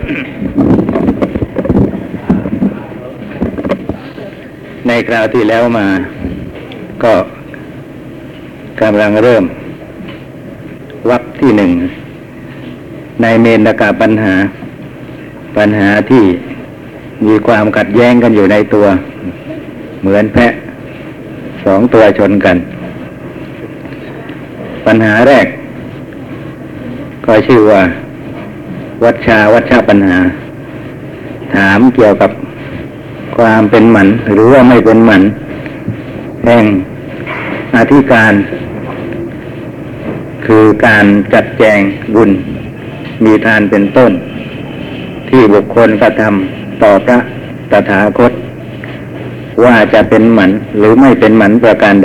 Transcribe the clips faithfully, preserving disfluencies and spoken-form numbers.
ในคราวที่แล้วมาก็กำลังเริ่มวรรคที่หนึ่งในเมนกปัญหาปัญหาที่มีความขัดแย้งกันอยู่ในตัวเหมือนแพะสองตัวชนกันปัญหาแรกก็ชื่อว่าวัชชาวัชชาปัญหาถามเกี่ยวกับความเป็นหมันหรือว่าไม่เป็นหมันแห่งอธิการคือการจัดแจงบุญมีทานเป็นต้นที่บุคคลกระทำต่อพระตถาคตว่าจะเป็นหมันหรือไม่เป็นหมันประการใด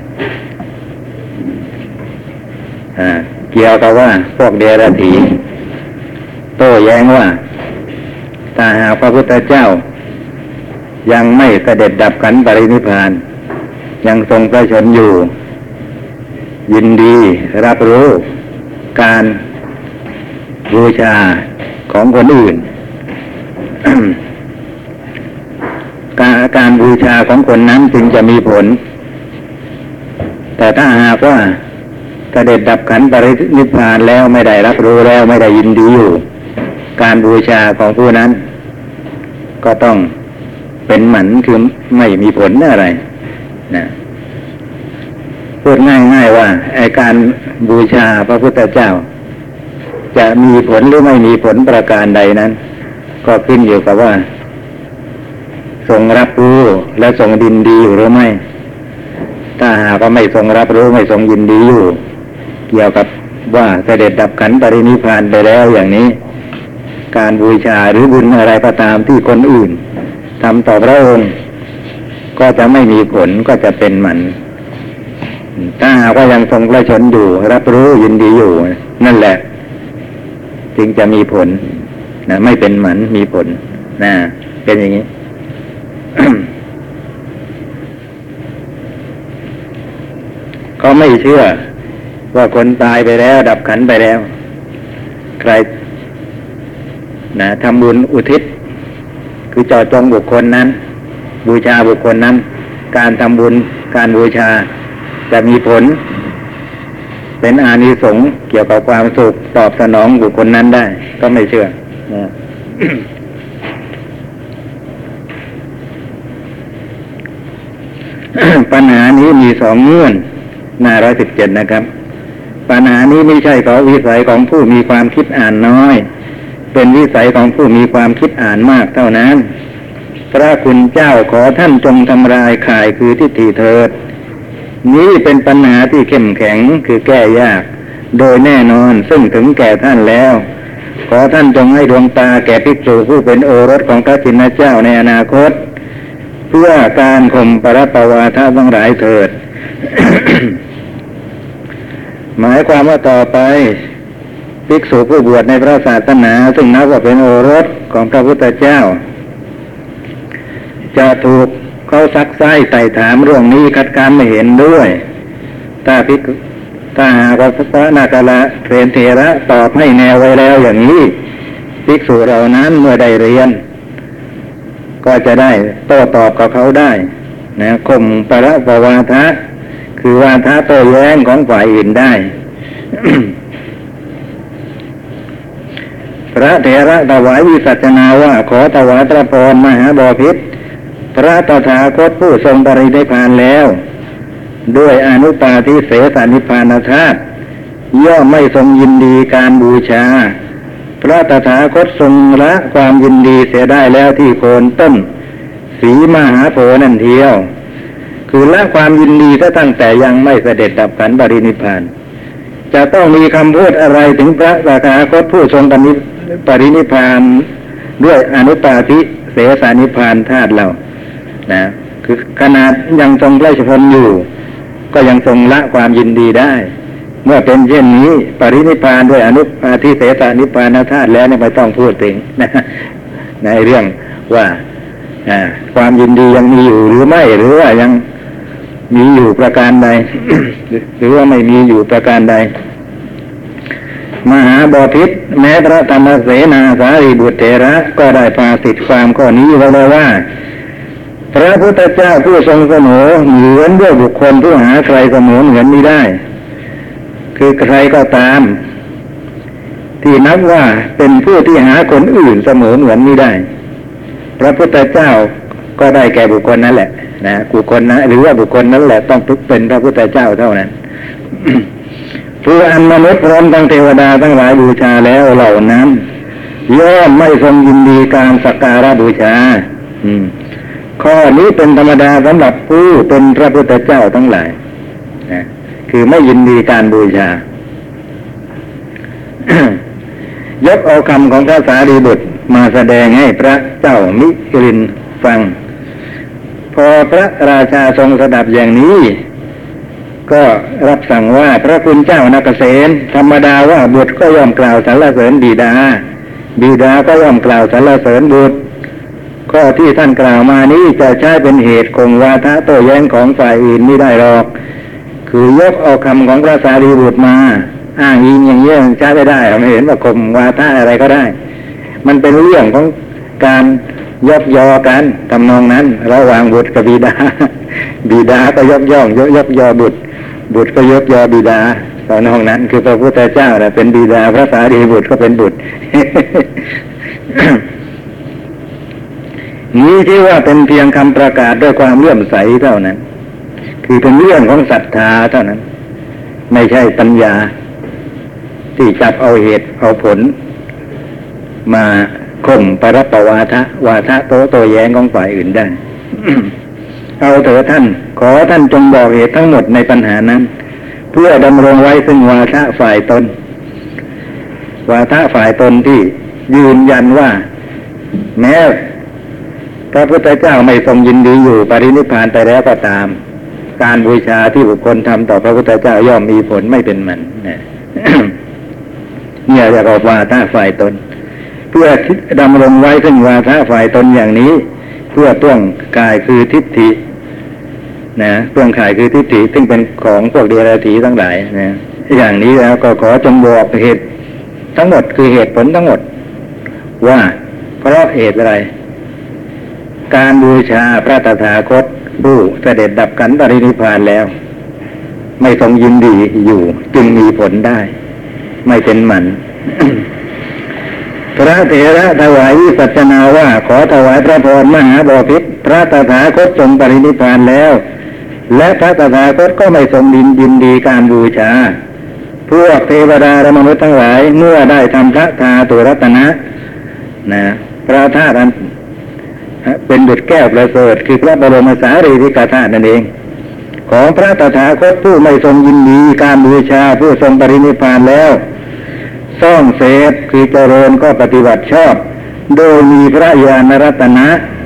เกี่ยวกับว่าพวกเดรัจฉีโต้แย้งว่าถ้าหากพระพุทธเจ้ายังไม่เสด็จดับขันธ์ปรินิพพานยังทรงพระชนอยู่ยินดีรับรู้การบูชาของคนอื่น การการบูชาของคนนั้นจึงจะมีผลแต่ถ้าหากว่าเสด็จดับขันธ์ปรินิพพานแล้วไม่ได้รับรู้แล้วไม่ได้ยินดีอยู่การบูชาของผู้นั้นก็ต้องเป็นหมันคือไม่มีผลอะไรนะพูดง่ายๆว่าไอ้การบูชาพระพุทธเจ้าจะมีผลหรือไม่มีผลประการใดนั้นก็ขึ้นอยู่กับว่าทรงรับรู้และทรงยินดีอยู่หรือไม่ถ้าหากว่าไม่ทรงรับรู้ไม่ทรงยินดีอยู่เกี่ยวกับว่าเสด็จดับขันธ์ปรินิพพานไปแล้วอย่างนี้การบูชาหรือบุญอะไรก็ตามที่คนอื่นทำต่อพระองค์ก็จะไม่มีผลก็จะเป็นหมันถ้าหากว่ายังทรงพระชนอยู่รับรู้ยินดีอยู่นั่นแหละจึงจะมีผลนะไม่เป็นหมันมีผลนะเป็นอย่างนี้ ก็ไม่เชื่อว่าคนตายไปแล้วดับขันธ์ไปแล้วใครนะทำบุญอุทิศคือเจาะจงบุคคลนั้นบูชาบุคคลนั้นการทำบุญการบูชาจะมีผลเป็นอานิสงส์เกี่ยวกับความสุขตอบสนองบุคคลนั้นได้ก็ไม่เชื่อนะ ปัญหานี้มีสองเงื่อนหน้าร้อยสิบเจ็ดนะครับปัญหานี้ไม่ใช่ของวิสัยของผู้มีความคิดอ่านน้อยเป็นวิสัยของผู้มีความคิดอ่านมากเท่านั้นพระคุณเจ้าขอท่านจงทำลายข่ายคือทิฏฐิเถิดนี้เป็นปัญหาที่เข้มแข็งคือแก้ยากโดยแน่นอนซึ่งถึงแก่ท่านแล้วขอท่านจงให้ดวงตาแก่ภิกษุผู้เป็นโอรสของพระชินเจ้าในอนาคตเพื่อการข่มปรปวาททั้งหลายเถิด หมายความว่าต่อไปภิกษุผู้บวชในพระศาสนาซึ่งนับว่าเป็นโอรสของพระพุทธเจ้าจะถูกเขาซักไซ้ไต่ถามเรื่องนี้คัดค้านไม่เห็นด้วยถ้าภิกษุถ้าหากว่าพระนาคาเทรนเถระตอบให้แนวไว้แล้วอย่างนี้ภิกษุเหล่านั้นเมื่อได้เรียนก็จะได้โต้ตอบกับเขาได้นะข่มปรปวาทะคือวาทะโต้แย้งของฝ่ายอื่นได้ พระเถระถวายวิสัชนาว่าขอถวายพระพรมหาบพิตรพระตถาคตผู้ทรงปรินิพพานแล้วด้วยอนุปาทิเสสนิพพานธาตุย่อมไม่ทรงยินดีการบูชาพระตถาคตทรงละความยินดีเสียได้แล้วที่โคนต้นสีมหาโพธิ์นั่นเทียวคือละความยินดีถ้าตั้งแต่ยังไม่เสด็จดับขันธ์ปรินิพพานจะต้องมีคำพูดอะไรถึงพระตถาคตผู้ทรงปรินิพพานด้วยอนุปาทิเสสนิพพานธาตุเรานะคือขนาดยังทรงพระชนอยู่ก็ยังทรงละความยินดีได้เมื่อเป็นเช่นนี้ปรินิพพานด้วยอนุปาทิเสสนิพพานธาตุแล้วเนี่ยไม่ต้องพูดถึงนะในเรื่องว่าความยินดียังมีอยู่หรือไม่หรือว่ายังมีอยู่ประการใด หรือว่าไม่มีอยู่ประการใดมหาบพิตรแม้พระธรรมเสนาสารีบุตรเถระก็ได้ภาสิทธิความข้อนี้ไว้แล้วว่าพระพุทธเจ้าผู้ทรงเสมอเหมือนด้วยบุคคลผู้หาใครเสมอเหมือนไม่ได้คือใครก็ตามที่นับว่าเป็นผู้ที่หาคนอื่นเสมอเหมือนไม่ได้พระพุทธเจ้าก็ได้แก่บุคคลนั้นแหละนะบุคคลนั้นหรือว่าบุคคลนั้นแหละต้องเป็นพระพุทธเจ้าเท่านั้น ผู้อันมนุษย์พร้อมทั้งเทวดาทั้งหลายบูชาแล้วเหล่านั้นย่อมไม่ทรงยินดีการสักการะบูชาอืมข้อนี้เป็นธรรมดาสำหรับผู้เป็นพระพุทธเจ้าทั้งหลายนะคือไม่ยินดีการบูชา ยกเอาคำของพระสารีบุตรมาแสดงให้พระเจ้ามิลินฟังพอพระราชาทรงสดับอย่างนี้ก็รับสั่งว่าพระคุณเจ้านาคเสนธรรมดาว่าบุตรก็ย่อมกล่าวสรรเสริญบิดาบิดาก็ย่อมกล่าวสรรเสริญบุตรข้อที่ท่านกล่าวมานี้จะใช้เป็นเหตุคงวาทะโต้แย้งของฝ่ายอื่นไม่ได้หรอกคือยกเอาคำของพระสารีบุตรมาอ้างอิงอย่างเงี้ยใช้ไม่ได้เราไม่เห็นว่าคงวาทะอะไรก็ได้มันเป็นเรื่องของการยกยอกันทำนองนั้นระหว่างบุตรกับบิดาบิดาก็ยกย่องยกยกยอบุตรบุตรก็ยกยอบิดาทำนองนั้นคือพระพุทธเจ้าน่ะเป็นบิดาพระสารีบุตรก็เป็นบุตร นี้ที่ว่าเป็นเพียงคำประกาศด้วยความเลื่อมใสเท่านั้นคือเป็นเรื่องของศรัทธาเท่านั้นไม่ใช่ปัญญาที่จับเอาเหตุเอาผลมาข่มปรับปวาทะวาทะโตโตแย้งของฝ่ายอื่นได้ เอาเถอะท่านขอท่านจงบอกเหตุทั้งหมดในปัญหานั้นเพื่อดำรงไว้ซึ่งวาทะฝ่ายตนวาทะฝ่ายตนที่ยืนยันว่าแม้พระพุทธเจ้าไม่ทรงยินดีอยู่ปรินิพพานไปแล้วก็ตามการบูชาที่บุคคลทำต่อพระพุทธเจ้าย่อมมีผลไม่เป็นมันนะ เนี่ยเรียกว่าวาทะฝ่ายตนเพื่อดำรงไว้ซึ่งวาทะฝ่ายตนอย่างนี้เพื่อต้วงกายคือทิฏฐินะต้วงกายคือทิฏฐิซึ่งเป็นของพวกเดรัจฉีทั้งหลายนะอย่างนี้แล้วก็ขอจงบอกเหตุทั้งหมดคือเหตุผลทั้งหมดว่าเพราะเหตุอะไรการบูชาพระตถาคตผู้เสด็จดับขันธ์ปรินิพพานแล้วไม่ทรงยินดีอยู่จึงมีผลได้ไม่เป็นหมัน พระเถระถวายวิสัชนาว่าขอถวายพระพรมหาบพิตรพระตถาคตทรงปรินิพพานแล้วและพระตถาคตก็ไม่ทรงยินดีการบูชาพวกเทวดาและมนุษย์ทั้งหลายเมื่อได้ทำพระธาตุรัตนะนะพระธาตุเป็นดุจแก้วประเสริฐคือพระบรมสารีริกธาตุนั่นเองของพระตถาคตผู้ไม่ทรงยินดีการบูชาผู้ทรงปรินิพพานแล้วซ่องเสพคือเจริญก็ปฏิบัติชอบโดยมีพระญาณรัตนะ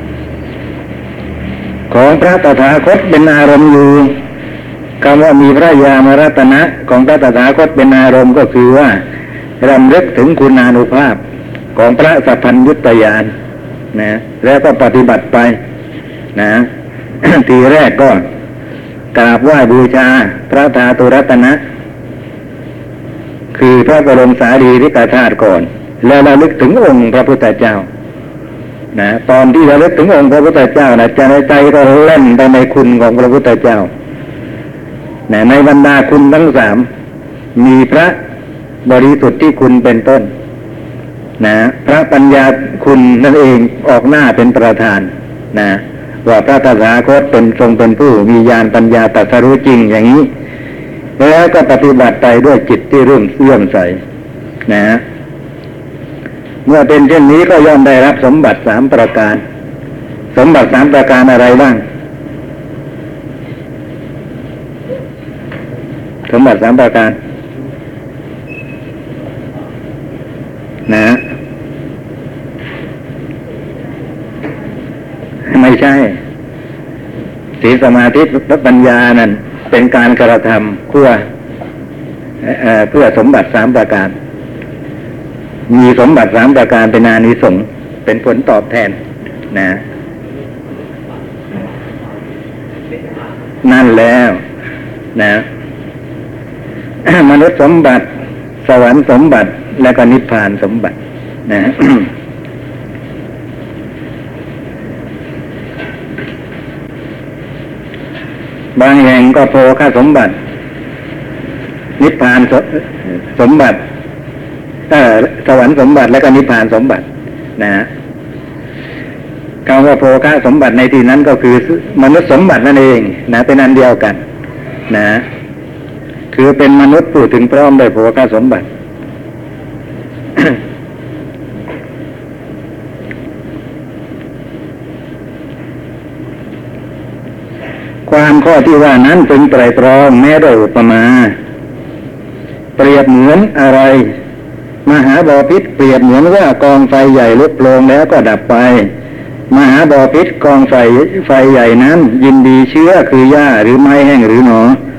ของพระตถาคตเป็นอารมณ์อยู่คำว่ามีพระญาณรัตนะของพระตถาคตเป็นอารมณ์ก็คือว่ารำลึกถึงคุณานุภาพของพระสัพพัญญุตญาณนะแล้วก็ปฏิบัติไปนะ ทีแรกก็กราบไหว้บูชาพระธาตุรัตนะคือพระบรมสารีริกธาตุก่อนแล้วระลึกถึงองค์พระพุทธเจ้านะตอนที่ระลึกถึงองค์พระพุทธเจ้านะใจในใจก็เล่นไปในคุณของพระพุทธเจ้านะในบรรดาคุณทั้งสามมีพระบริสุทธิ์ที่คุณเป็นต้นนะพระปัญญาคุณนั่นเองออกหน้าเป็นประธานนะว่าพระตถาคตเป็นทรงเป็นผู้มีญาณปัญญาตรัสรู้จริงอย่างนี้แล้วก็ปฏิบัติไปด้วยจิตที่เริ่มเสื่อมใสนะเมื่อเป็นเช่นนี้ก็ย่อมได้รับสมบัติสามประการสมบัติสามประการอะไรบ้างสมบัติสามประการนะไม่ใช่ศีลสมาธิปัญญานั่นเป็นการกระทำเพื่อเอ่อเพื่อสมบัติสามประการมีสมบัติสามประการเป็นอานิสงส์เป็นผลตอบแทนนะนั่นแล้วนะ มนุษย์สมบัติสวรรค์สมบัติและก็นิพพานสมบัตินะ บางแห่งก็โภคสมบัตินิพพานสมบัติเออสวรรค์สมบัติและก็นิพพานสมบัตินะฮะคำว่าโภคสมบัติในที่นั้นก็คือมนุษย์สมบัตินั่นเองนะเป็นอันเดียวกันนะคือเป็นมนุษย์ผู้ถึงพร้อมด้วยโภคสมบัติ ความข้อที่ว่านั้นเป็นไตรตรองแม้ด้วยอุปมาเปรียบเหมือนอะไรมหาบอพิษเปรียบเหมือนว่ากองไฟใหญ่ลุกโผล่แล้วก็ดับไปมหาบอพิษกองไฟไฟใหญ่นั้นยินดีเชื้อคือหญ้าหรือไม้แห้งหรือหนอ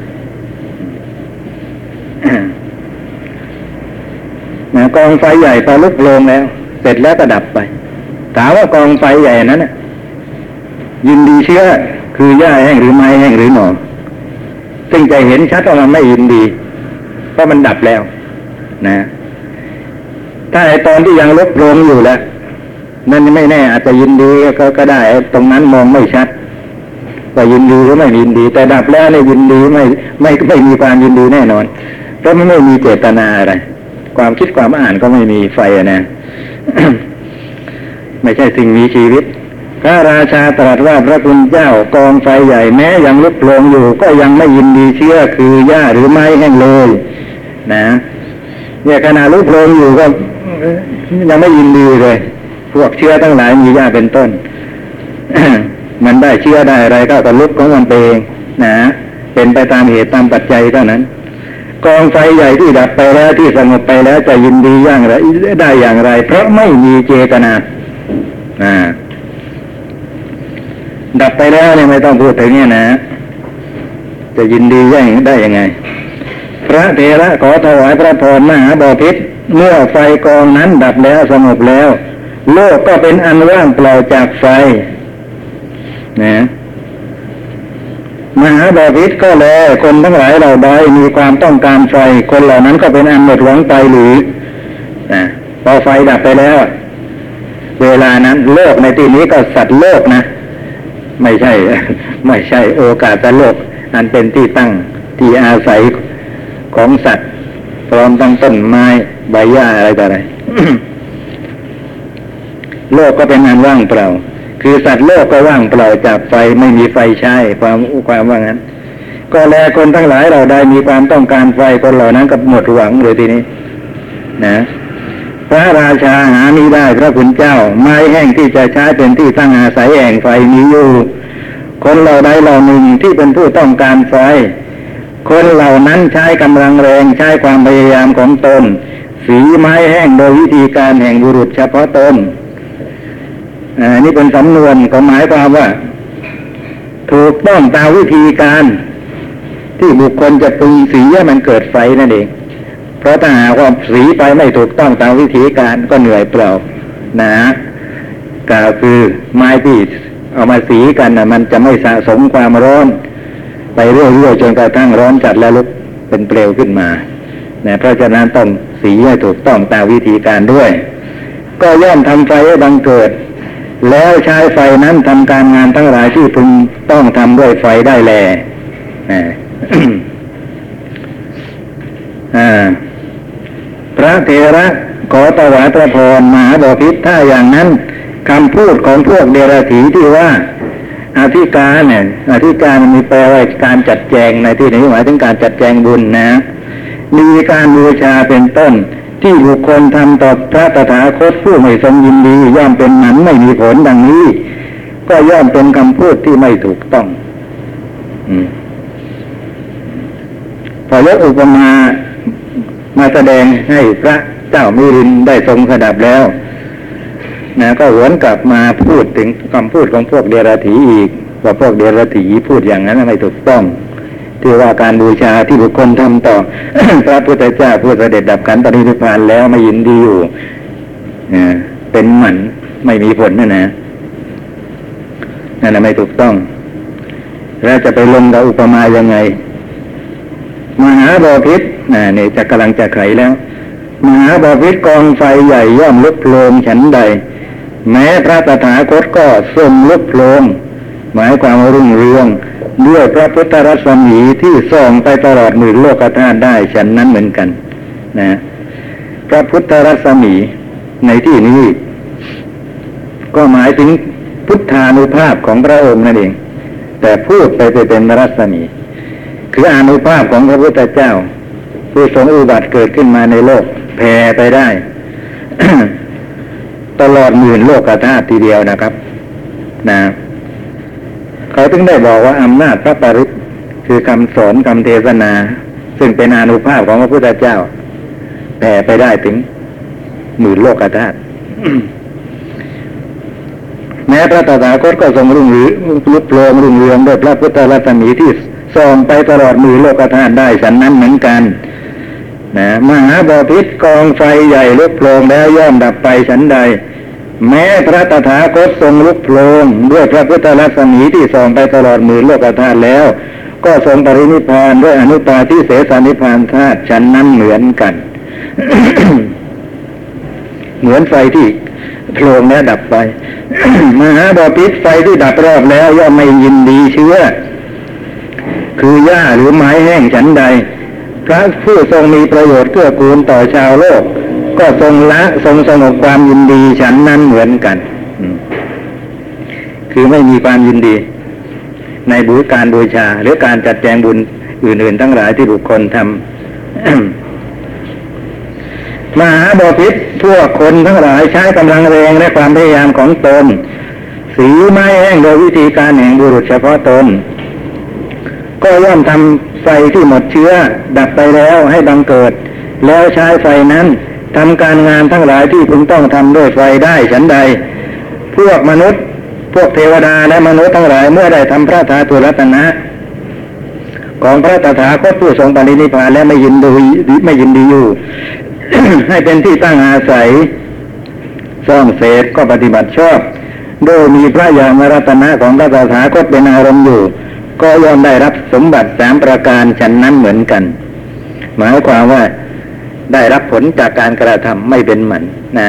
นะกองไฟใหญ่พอลุกโผล่แล้วเสร็จแล้วก็ดับไปถามว่ากองไฟใหญ่นั้นน่ะยินดีเชื้อคือหญ้าแห้งหรือไม้แห้งหรือหนอซึ่งจะเห็นชัดว่ามันไม่ยินดีเพราะมันดับแล้วนะถ้าไอ้ตอนที่ยังลุกโผล่อยู่แล้วนั่นไม่แน่อาจจะยินดีก็ก็ได้ตรงนั้นมองไม่ชัดว่ายินดีหรือไม่ยินดีแต่ดับแล้วเนี่ยยินดีไม่ไม่ไม่มีความยินดีแน่นอนเพราะมันไม่มีเจตนาอะไรความคิดความอ่านก็ไม่มีไฟนะ ไม่ใช่สิ่งมีชีวิตพระราชาตรัสว่าพระคุณเจ้ากองไฟใหญ่แม้ยังลุกโผล่อยู่ก็ยังไม่ยินดีเชื้อคือหญ้าหรือไม้แห้งเลยนะเนี่ยขณะลุกโผล่อยู่ก็ยังไม่ยินดีเลยพวกเชื้อทั้งหลายมีหญ้าเป็นต้น มันได้เชื้อได้อะไรก็กระลุกของมันเองนะเป็นไปตามเหตุตามปัจจัยเท่านั้นกองไฟใหญ่ที่ดับไปแล้วที่สงบไปแล้วจะยินดีอย่างไรได้อย่างไรเพราะไม่มีเจตนาอ่าดับไปแล้วเนี่ยไม่ต้องพูดถึงเนี่ยนะจะยินดีย่งได้ยังไงพระเถระขอถวายพระพรมหาบพิตรเมื่อไฟกองนั้นดับแล้วสงบแล้วโลกก็เป็นอันว่างเปล่าจากไฟนะมหาบพิตรก็แลคนทั้งหลายเราใดมีความต้องการไฟคนเหล่านั้นก็เป็นอันหมดหวังไปหรือนะพอไฟดับไปแล้วเวลานั้นโลกในที่นี้ก็สัตว์โลกนะไม่ใช่ไม่ใช่โอกาสโลกอันเป็นที่ตั้งที่อาศัยของสัตว์พร้อมทั้งต้นไม้ใบหญ้าอะไรต่ออะไร โลกก็เป็นอันว่างเปล่าคือสัตว์โลกก็ว่างเปล่าจากไฟไม่มีไฟใช้ความความว่างั้นก็แลคนทั้งหลายเราได้มีความต้องการไฟคนเหล่านั้นก็หมดหวังเลยทีนี้นะพระราชาหามิได้พระคุณเจ้าไม้แห้งที่จะใช้เป็นที่ตั้งอาศัยแห่งไฟมีอยู่คนเหล่าใดเหล่าหนึ่งที่เป็นผู้ต้องการไฟคนเหล่านั้นใช้กำลังแรงใช้ความพยายามของตนสีไม้แห้งโดยวิธีการแห่งบุรุษเฉพาะตนอ่านี่เป็นสำนวนก็หมายความว่าถูกต้องตามวิธีการที่บุคคลจะปรุงสีให้มันเกิดไฟนั่นเองเพราะถ้าหากว่าสีไปไม่ถูกต้องตามวิธีการก็เหนื่อยเปล่านะก็คือไม้ที่เอามาสีกันนะมันจะไม่สะสมความร้อนไปเรื่อยๆจนกระทั่งร้อนจัดแล้วลุกเป็นเปลวขึ้นมานะเพราะฉะนั้นต้องสีให้ถูกต้องตามวิธีการด้วยก็ย่อมทำไฟให้บังเกิดแล้วใช้ไฟนั้นทำการงานทั้งหลายที่พึงต้องทำด้วยไฟได้แลนะ อ่าพระเถระขอถวายพระพรมหาบพิตรถ้าอย่างนั้นคำพูดของพวกเดรัจฉีที่ว่าอธิการเนี่ยอธิการมันมีแปลว่าการจัดแจงในที่นี้หมายถึงการจัดแจงบุญนะมีการบูชาเป็นต้นที่บุคคลทำต่อพระตถาคตผู้ไม่ทรงยินดีย่อมเป็นหมันไม่มีผลดังนี้ก็ย่อมเป็นคำพูดที่ไม่ถูกต้องอืมพอยกอุปมามาแสดงให้พระเจ้ามิลินได้ทรงสดับแล้วนะก็หวนกลับมาพูดถึงคำพูดของพวกเดรัจฉีอีกว่าพวกเดรัจฉีพูดอย่างนั้นไม่ถูกต้องที่ว่าการบูชาที่บุคคลทำต่อ พระพุทธเจ้าผู้เสด็จดับขันธปรินิพพานแล้วไม่ยินดีอยู่เป็นหมันไม่มีผลนั่นนะนั่นแหละไม่ถูกต้องแล้วจะไปลงกับอุปมายังไงมหาบพิตรนี่จะกำลังจะไขแล้วมหาบาพิตรกองไฟใหญ่ย่อมลุกโผล่ฉันใดแม้พระตถาคตก็ทรงลุกโผล่หมายความรุ่งเรืองด้วยพระพุทธรัศมีที่ส่องไปตลอดหมื่นโลกธาตุได้ฉันนั้นเหมือนกันนะพระพุทธรัศมีในที่นี้ก็หมายถึงพุทธานุภาพของพระองค์นั่นเองแต่พูดไปเป็นรัศมีคืออานุภาพของพระพุทธเจ้าผู้ทรงอุบัติเกิดขึ้นมาในโลกแผ่ไปได้ ตลอดหมื่นโลกธาตุทีเดียวนะครับนะเขาถึงได้บอกว่าอำนาจพระปริตรคือคำสอนคำเทศนาซึ่งเป็นอานุภาพของพระพุทธเจ้าแผ่ไปได้ถึงหมื่นโลกธาตุ แม้พระตถาคตก็ทรงรุ่งเรืองลุกโผล่รุ่งเรืองด้วยพระพุทธรัศมีที่ส่องไปตลอดหมื่นโลกธาตุได้ฉันนั้นเหมือนกันนะมหาบพิตรกองไฟใหญ่ลุกโผล่แล้วย่อมดับไปฉันใดแม้พระตถาคตทรงลุกโผล่ด้วยพระพุทธรัศมีที่ส่องไปตลอดหมื่นโลกธาตุแล้วก็ทรงปรินิพพานด้วยอนุปาทิเสสนิพพานธาตุฉันนั้นเหมือนกัน เหมือนไฟที่โผล่แล้วดับไป มหาบพิตรไฟที่ดับรอบแล้วย่อมไม่ยินดีเชื้อคือหญ้าหรือไม้แห้งฉันใดพระผู้ทรงมีประโยชน์เกื้อกูลต่อชาวโลกก็ทรงละทรงสงบความยินดีฉันนั้นเหมือนกันคือไม่มีความยินดีในบุญการบูชาหรือการจัดแจงบุญอื่นๆทั้งหลายที่บุคคลทำ มหาบพิตรพวกคนทั้งหลายใช้กำลังแรงและความพยายามของตนสีไม้แห้งโดยวิธีการแห่งบุรุษเฉพาะตนก็ย่อมทำไฟที่หมดเชื้อดับไปแล้วให้บังเกิดแล้วใช้ไฟนั้นทำการงานทั้งหลายที่พึงต้องทำด้วยไฟได้ฉันใดพวกมนุษย์พวกเทวดาและมนุษย์ทั้งหลายเมื่อได้ทำพระธาตุรัตนะของพระตถาคตผู้ทรงปรินิพพานและไม่ยินดีไม่ยินดีอยู่ ให้เป็นที่ตั้งอาศัยซ่องเสพก็ปฏิบัติชอบโดยมีพระญาณรัตนะของพระตถาคตเป็นอารมณ์อยู่ก็ย่อมได้รับสมบัติสามประการฉันนั้นเหมือนกันหมายความว่าได้รับผลจากการกระทำไม่เป็นหมันนะ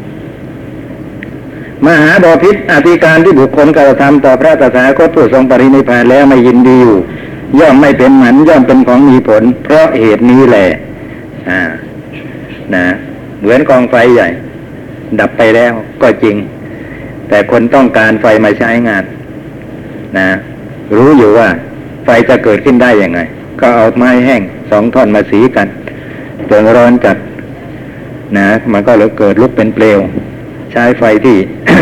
มหาบพิตรอธิการที่บุคคลกระทำต่อพระตถาคตผู้ทรงปรินิพพานแล้วไม่ยินดีอยู่ย่อมไม่เป็นหมันย่อมเป็นของมีผลเพราะเหตุนี้แหละอ่านะเหมือนกองไฟใหญ่ดับไปแล้วก็จริงแต่คนต้องการไฟมาใช้งานนะรู้อยู่ว่าไฟจะเกิดขึ้นได้ยังไงก็เอาไม้แห้งสองท่อนมาสีกันจนร้อนจัดนะมันก็เลยเกิดลุกเป็นเปลวใช้ไฟที่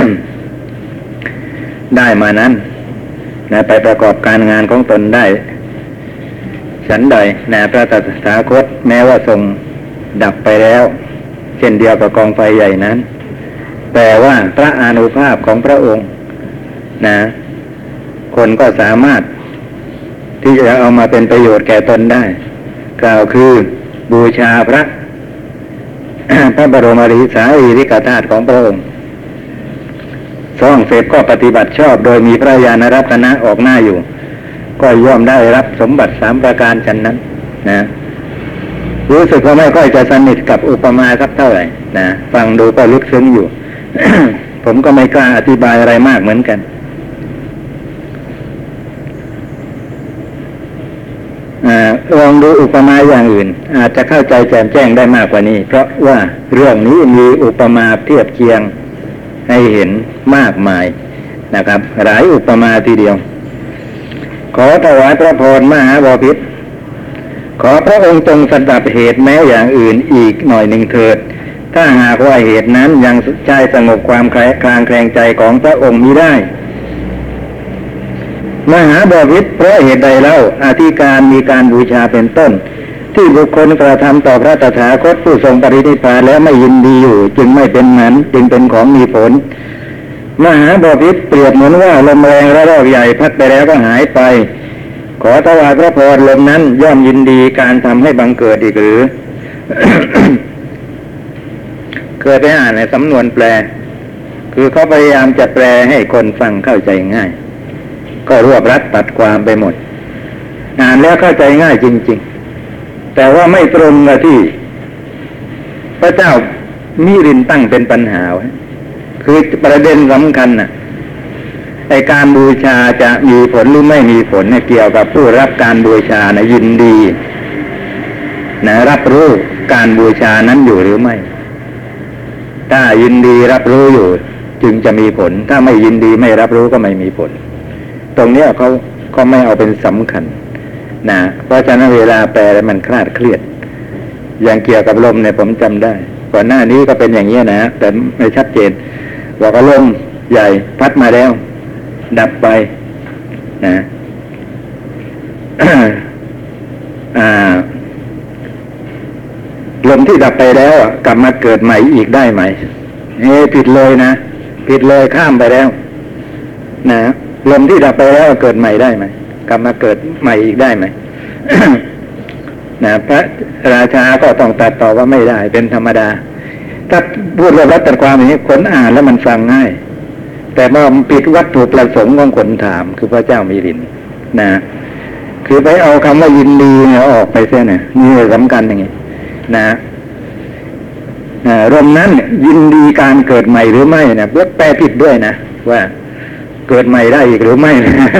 ได้มานั้นนะไปประกอบการงานของตนได้ฉันใดนะพระตถาคตแม้ว่าทรงดับไปแล้วเช่นเดียวกับกองไฟใหญ่นั้นแต่ว่าพระอานุภาพของพระองค์นะคนก็สามารถที่จะเอามาเป็นประโยชน์แก่ตนได้กล่าวคือบูชาพระ พระบรมสารีริกธาตุของพระองค์ซ่องเสพก็ปฏิบัติชอบโดยมีพระญาณรัตนะออกหน้าอยู่ก็ย่อมได้รับสมบัติสามประการฉันนั้นนะรู้สึกว่าไม่ค่อยจะสนิทกับอุปมาสักเท่าไหร่นะฟังดูก็ลึกซึ้งอยู่ ผมก็ไม่กล้าอธิบายอะไรมากเหมือนกันลองดูอุปมาอย่างอื่นอาจจะเข้าใจแจ่มแจ้งได้มากกว่านี้เพราะว่าเรื่องนี้มีอุปมาเทียบเคียงให้เห็นมากมายนะครับหลายอุปมาทีเดียวขอถวายพระพรมหาบพิตรขอพระองค์ทรงสดับเหตุแม้อย่างอื่นอีกหน่อยหนึ่งเถิดถ้าหากว่าเหตุนั้นยังใช้สงบความคลางแคลงใจของพระองค์มิได้มหาบพิตรเพราะเหตุใดเล่าอธิการมีการบูชาเป็นต้นที่บุคคลกระทำต่อพระตถาคตผู้ทรงปรินิพพานแล้วไม่ยินดีอยู่จึงไม่เป็นหมันจึงเป็นของมีผลมหาบพิตรเปรียบเหมือนว่าลมแรงระลอกใหญ่พัดไปแล้วก็หายไปขอถวายพระพรลมนั้นย่อมยินดีการทำให้บังเกิดอีกหรือ เคยไปอ่านในสำนวนแปลคือเขาพยายามจะแปลให้คนฟังเข้าใจง่ายก็รวบรัดตัดความไปหมดอ่านแล้วเข้าใจง่ายจริงๆแต่ว่าไม่ตรงกับที่พระเจ้ามิรินตั้งเป็นปัญหาไว้คือประเด็นสำคัญน่ะไอ้การบูชาจะมีผลหรือไม่มีผลเนี่ยเกี่ยวกับผู้รับการบูชานะยินดีนะรับรู้การบูชานั้นอยู่หรือไม่ถ้ายินดีรับรู้อยู่จึงจะมีผลถ้าไม่ยินดีไม่รับรู้ก็ไม่มีผลตรงนี้เขาเขาไม่เอาเป็นสำคัญนะเพราะฉะนั้นเวลาแปลมันคลาดเครียดอย่างเกี่ยวกับลมเนี่ยผมจำได้ก่อนหน้านี้ก็เป็นอย่างนี้นะแต่ไม่ชัดเจนว่าก็ลมใหญ่พัดมาแล้วดับไปนะ อ่าลมที่ดับไปแล้วกลับมาเกิดใหม่อีกได้ไหมเฮ้ผิดเลยนะผิดเลยข้ามไปแล้วนะลมที่ดับไปแล้วเกิดใหม่ได้ไหมกลับมาเกิดใหม่อีกได้ไหม นะพระราชาก็ต้องตัดต่อว่าไม่ได้เป็นธรรมดาถ้าพูดรัดตัดความอย่างนี้คนอ่านแล้วมันฟังง่ายแต่เมื่อปิดวัตถุประสงค์ของคนถามคือพระเจ้ามิรินนะคือไปเอาคำว่ายินดีเนี่ยออกไปเสียเนี่ยนี่สำคัญอย่างนี้นะลมนั้นยินดีการเกิดใหม่หรือไม่นะเพื่อแปลผิดด้วยนะว่าเกิดใหม่ได้อีกหรือไม่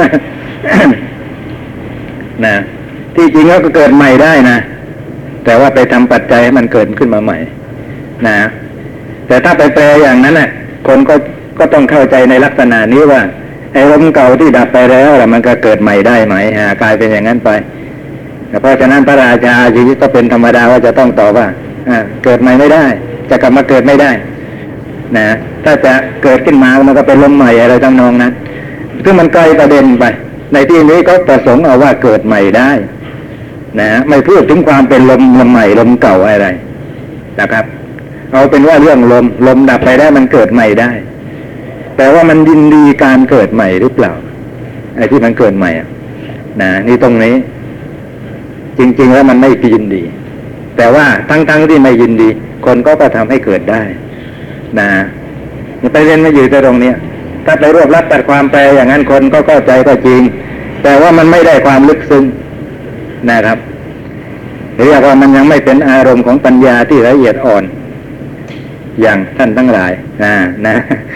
นะที่จริงแล้วก็เกิดใหม่ได้นะแต่ว่าไปทำปัจจัยให้มันเกิดขึ้นมาใหม่นะแต่ถ้าไปแปลอย่างนั้นน่ะคนก็ก็ต้องเข้าใจในลักษณะนี้ว่าไอ้ลมเก่าที่ดับไปแล้วล่ะมันก็เกิดใหม่ได้ไหมฮะกลายเป็นอย่างนั้นไปเพราะฉะนั้นพระราชาชีวิตก็เป็นธรรมดาว่าจะต้องตอบว่าเกิดใหม่ไม่ได้จะกลับมาเกิดไม่ได้นะถ้าจะเกิดขึ้นมามันก็เป็นลมใหม่อะไรทั้งนองนั้นซึ่งมันไกลประเด็นไปในที่นี้ก็ประสงค์เอาว่าเกิดใหม่ได้นะไม่พูดถึงความเป็นลมลมใหม่ลมเก่าอะไรนะครับเอาเป็นว่าเรื่องลมลมดับไปได้มันเกิดใหม่ได้แต่ว่ามันยินดีการเกิดใหม่หรือเปล่าไอ้ที่มันเกิดใหม่นะนี่ตรงนี้จริงๆแล้วมันไม่ยินดีแต่ว่าทั้งๆที่ไม่ยินดีคนก็ก็ทำให้เกิดได้นะไปเรียนมาอยู่ตรงนี้ถ้าไปรวบรัดตัดความแปลอย่างนั้นคนก็เข้าใจก็จริงแต่ว่ามันไม่ได้ความลึกซึ้งนะครับเรียกว่ามันยังไม่เป็นอารมณ์ของปัญญาที่ละเอียดอ่อนอย่างท่านทั้งหลายนะนะ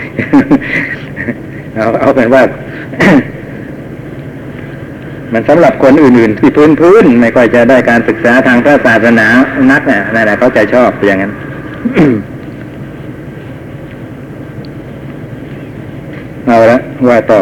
เอาเอาเป็นว่า มันสำหรับคนอื่นๆที่พื้นๆไม่ค่อยจะได้การศึกษาทางพระศาสนานักเนี่ยนั่นแหละเขาจะชอบอย่างนั้น เอาละว่าต่อ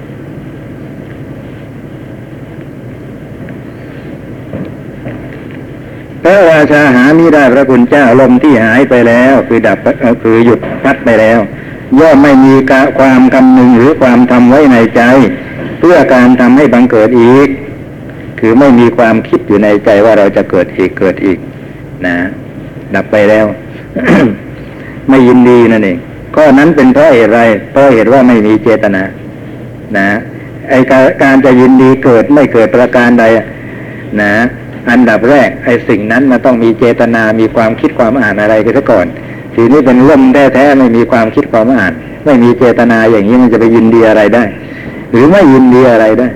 พระราชาหามิได้พระคุณเจ้าลมที่หายไปแล้วคือดับคือหยุดพัดไปแล้วย่อมไม่มีความคำนึงหรือความทำไว้ในใจเพื่อการทำให้บังเกิดอีกคือไม่มีความคิดอยู่ในใจว่าเราจะเกิดอีกเกิดอีกนะดับไปแล้ว ไม่ยินดีนั่นเองข้อนั้นเป็นเพราะเหตุไรเพราะเหตุว่าไม่มีเจตนานะไอการจะยินดีเกิดไม่เกิดประการใดนะอันดับแรกไอ้สิ่งนั้นมันต้องมีเจตนามีความคิดความอ่านอะไรกันซะก่อนทีนี้เป็นลมแท้ๆไม่มีความคิดความอ่านไม่มีเจตนาอย่างนี้มันจะไปยินดีอะไรได้หรือไม่ยินดีอะไรได้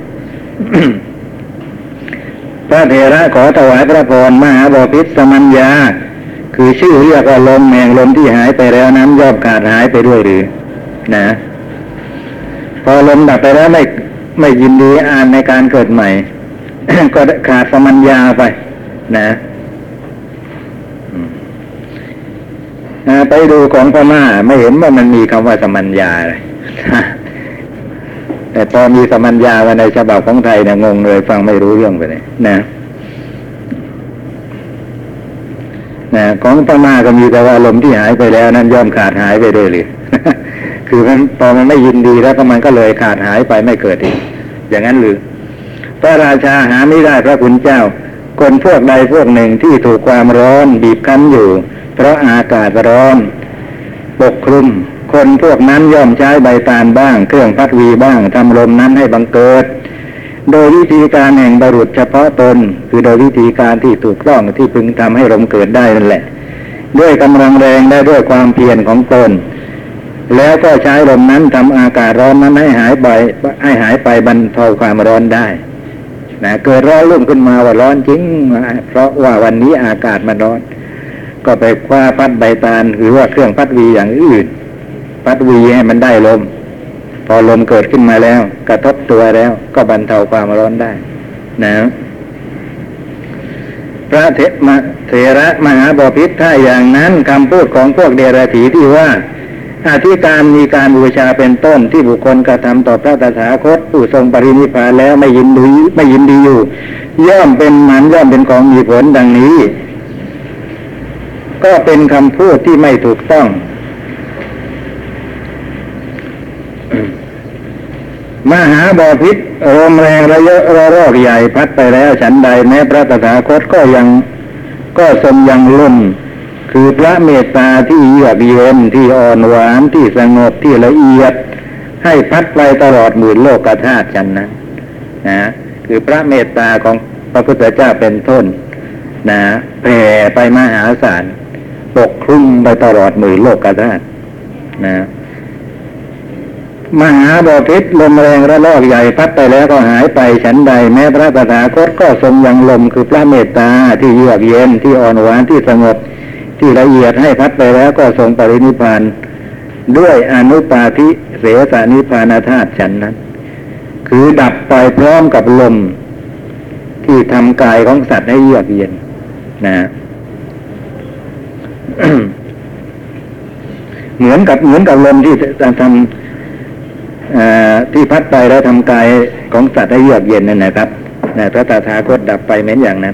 พระเถระขอถวายพระพรมหาบพิตรสมัญญาคือชื่อเรียกว่าลมแห่งลมที่หายไปแล้วนั้นย่อมขาดหายไปด้วยหรือนะพอลมดับไปแล้วไม่ไม่ยินดีอ่านในการเกิดใหม่ ก็ขาดสมัญญาไปนะไปดูของพม่าไม่เห็นว่ามันมีคำว่าสมัญญาเลย แต่พอมีสมัญญาในฉบับของไทยเนี่ยงงเลยฟังไม่รู้เรื่องไปเลยนะนะของพม่าก็มีแต่ว่าลมที่หายไปแล้วนั้นย่อมขาดหายไปด้วยเลย คือมันพอมันไม่ยินดีแล้วก็มันก็เลยขาดหายไปไม่เกิดอีกอย่างนั้นหรือพระราชาหาไม่ได้พระคุณเจ้าคนพวกใดพวกหนึ่งที่ถูกความร้อนบีบคั้นอยู่เพราะอากาศร้อนปกคลุมคนพวกนั้นย่อมใช้ใบตาลบ้างเครื่องพัดวีบ้างทำลมนั้นให้บังเกิดโดยวิธีการแห่งบุรุษเฉพาะตนคือโดยวิธีการที่ถูกต้องที่พึงทำให้ลมเกิดได้นั่นแหละด้วยกำลังแรงและด้วยความเพียรของตนแล้วก็ใช้ลมนั้นทำอากาศร้อนนั้นให้หายไปให้หายไปบรรเทาความร้อนได้นะเกิดร้อนรุ่มขึ้นมาว่าร้อนจริงเพราะว่าวันนี้อากาศมันร้อนก็ไปคว้าพัดใบตาลหรือว่าเครื่องพัดวีอย่างอื่นพัดวีให้มันได้ลมพอลมเกิดขึ้นมาแล้วกระทบตัวแล้วก็บรรเทาความร้อนได้นะพระเถระเถระมหาบพิตรถ้าอย่างนั้นคำพูดของพวกเดรัจฉีที่ว่าอธิการมีการบูชาเป็นต้นที่บุคคลกระทำต่อพระตถาคตผู้ทรงปรินิพพานแล้วไม่ยินดีไม่ยินดีอยู่ย่อมเป็นมันย่อมเป็นของมีผลดังนี้ก็เป็นคำพูดที่ไม่ถูกต้องมหาบพิตรลมแรงระยะระลอกใหญ่พัดไปแล้วฉันใดแม้พระตถาคตก็ยังก็ทรงยังลมคือพระเมตตาที่เยือกเย็นที่อ่อนหวานที่สงบที่ละเอียดให้พัดไปตลอดหมื่นโลกธาตุฉันนั้นนะคือพระเมตตาของพระพุทธเจ้าเป็นต้นนะแผ่ไปมหาศาลปกคลุมไปตลอดหมื่นโลกธาตุนะมหาบพิตรลมแรงระลอกใหญ่พัดไปแล้วก็หายไปฉันใดแม้พระตถาคตก็ทรงยังลมคือพระเมตตาที่เยือกเย็นที่อ่อนหวานที่สงบที่ละเอียดให้พัดไปแล้วก็ทรงปรินิพพานด้วยอนุปาทิเสสนิพพานธาตุฉันนั้นคือดับไปพร้อมกับลมที่ทำกายของสัตว์ให้เยือกเย็นนะ เหมือนกับเหมือนกับลมที่ทำที่พัดไปแล้วทำกายของสัตว์ให้เยือกเย็นนั่นนะครับนะพระตถาคตดับไปเหมือนอย่างนั้น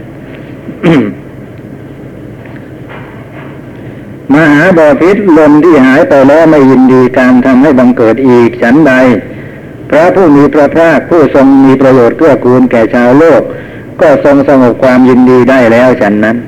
มหาบพิตรลมที่หายไปแล้วไม่ยินดีการทำให้บังเกิดอีกฉันใดพระผู้มีพระภาคผู้ทรงมีประโยชน์เกื้อกูลแก่ชาวโลกก็ทรงสงบความยินดีได้แล้วฉันนั้น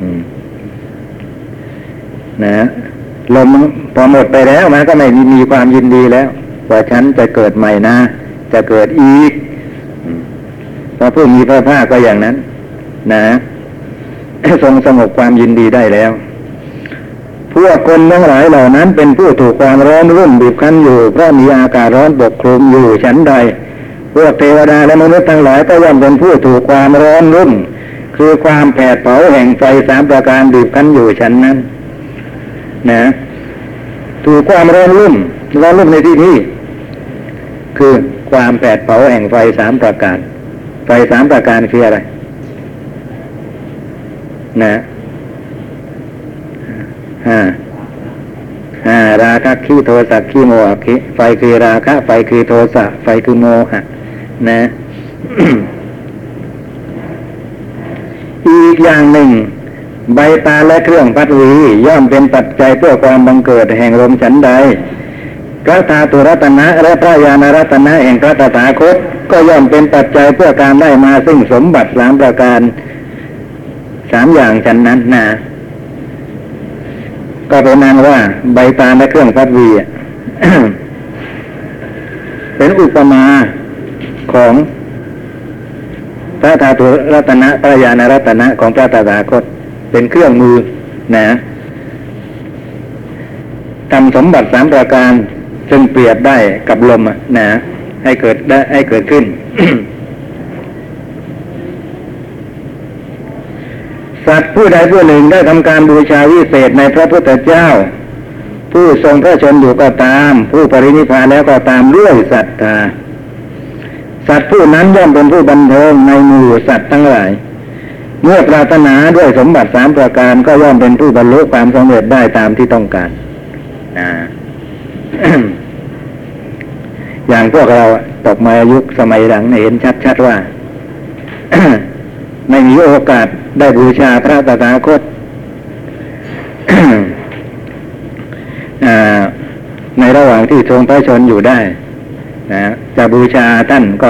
นะลมพอหมดไปแล้วมันก็ไม่มีความยินดีแล้วว่าฉันจะเกิดใหม่นะจะเกิดอีกพระผู้มีพระภาคก็อย่างนั้นนะทรงสงบความยินดีได้แล้วพวกคนทั้งหลายเหล่านั้นเป็นผู้ถูกความร้อนรุ่มบีบคั้นอยู่เพราะมีอากาศร้อนปกคลุมอยู่ฉันใดพวกเทวดาและมนุษย์ทั้งหลายก็ย่อมเป็นผู้ถูกความร้อนรุ่มคือความแผดเผาแห่งไฟสามประการบีบคั้นอยู่ฉันนั้นนะถูกความร้อนรุ่มร้อนรุ่มในที่นี้คือความแผดเผาแห่งไฟสามประการไฟสามประการคืออะไรนะห้าห้าราคะขี้โทสะขี้โมหะขี้ไฟคือราคะไฟคือโทสะไฟคือโมหะนะ อีกอย่างหนึ่งใบตาและเครื่องพัดวีย่อมเป็นปัจจัยเพื่อความบังเกิดแห่งลมฉันใดพระธาตุรัตนะและพระญาณรัตนะแห่งพระตถาคตก็ย่อมเป็นปัจจัยเพื่อการได้มาซึ่งสมบัติสามประการสามอย่างฉันนั้นนะก็เป็นนั้นว่าใบตาและเครื่องพัดวี เป็นอุปมาของพระธาตุรัตนะพระญาณรัตนะของพระตถาคตเป็นเครื่องมือนะทำสมบัติสามประการซึ่งเปรียบได้กับลมนะให้เกิดได้ให้เกิดขึ้น สัตว์ผู้ใดผู้หนึ่งได้ทำการบูชาวิเศษในพระพุทธเจ้าผู้ทรงพระชนอยู่ก็ตามผู้ปรินิพพานแล้วก็ตามด้วยศรัทธาสัตว์ผู้นั้นย่อมเป็นผู้บันเทิงในหมู่สัตว์ทั้งหลายเมื่อปรารถนาด้วยสมบัติสามประการก็ย่อมเป็นผู้บรรลุความสำเร็จได้ตามที่ต้องการนะ อย่างพวกเราตกมายุคสมัยหลังเห็นชัดๆว่า ไม่มีโอกาสได้บูชาพระตถาคต ในระหว่างที่ทรงพระชนอยู่ได้นะจะบูชาท่านก็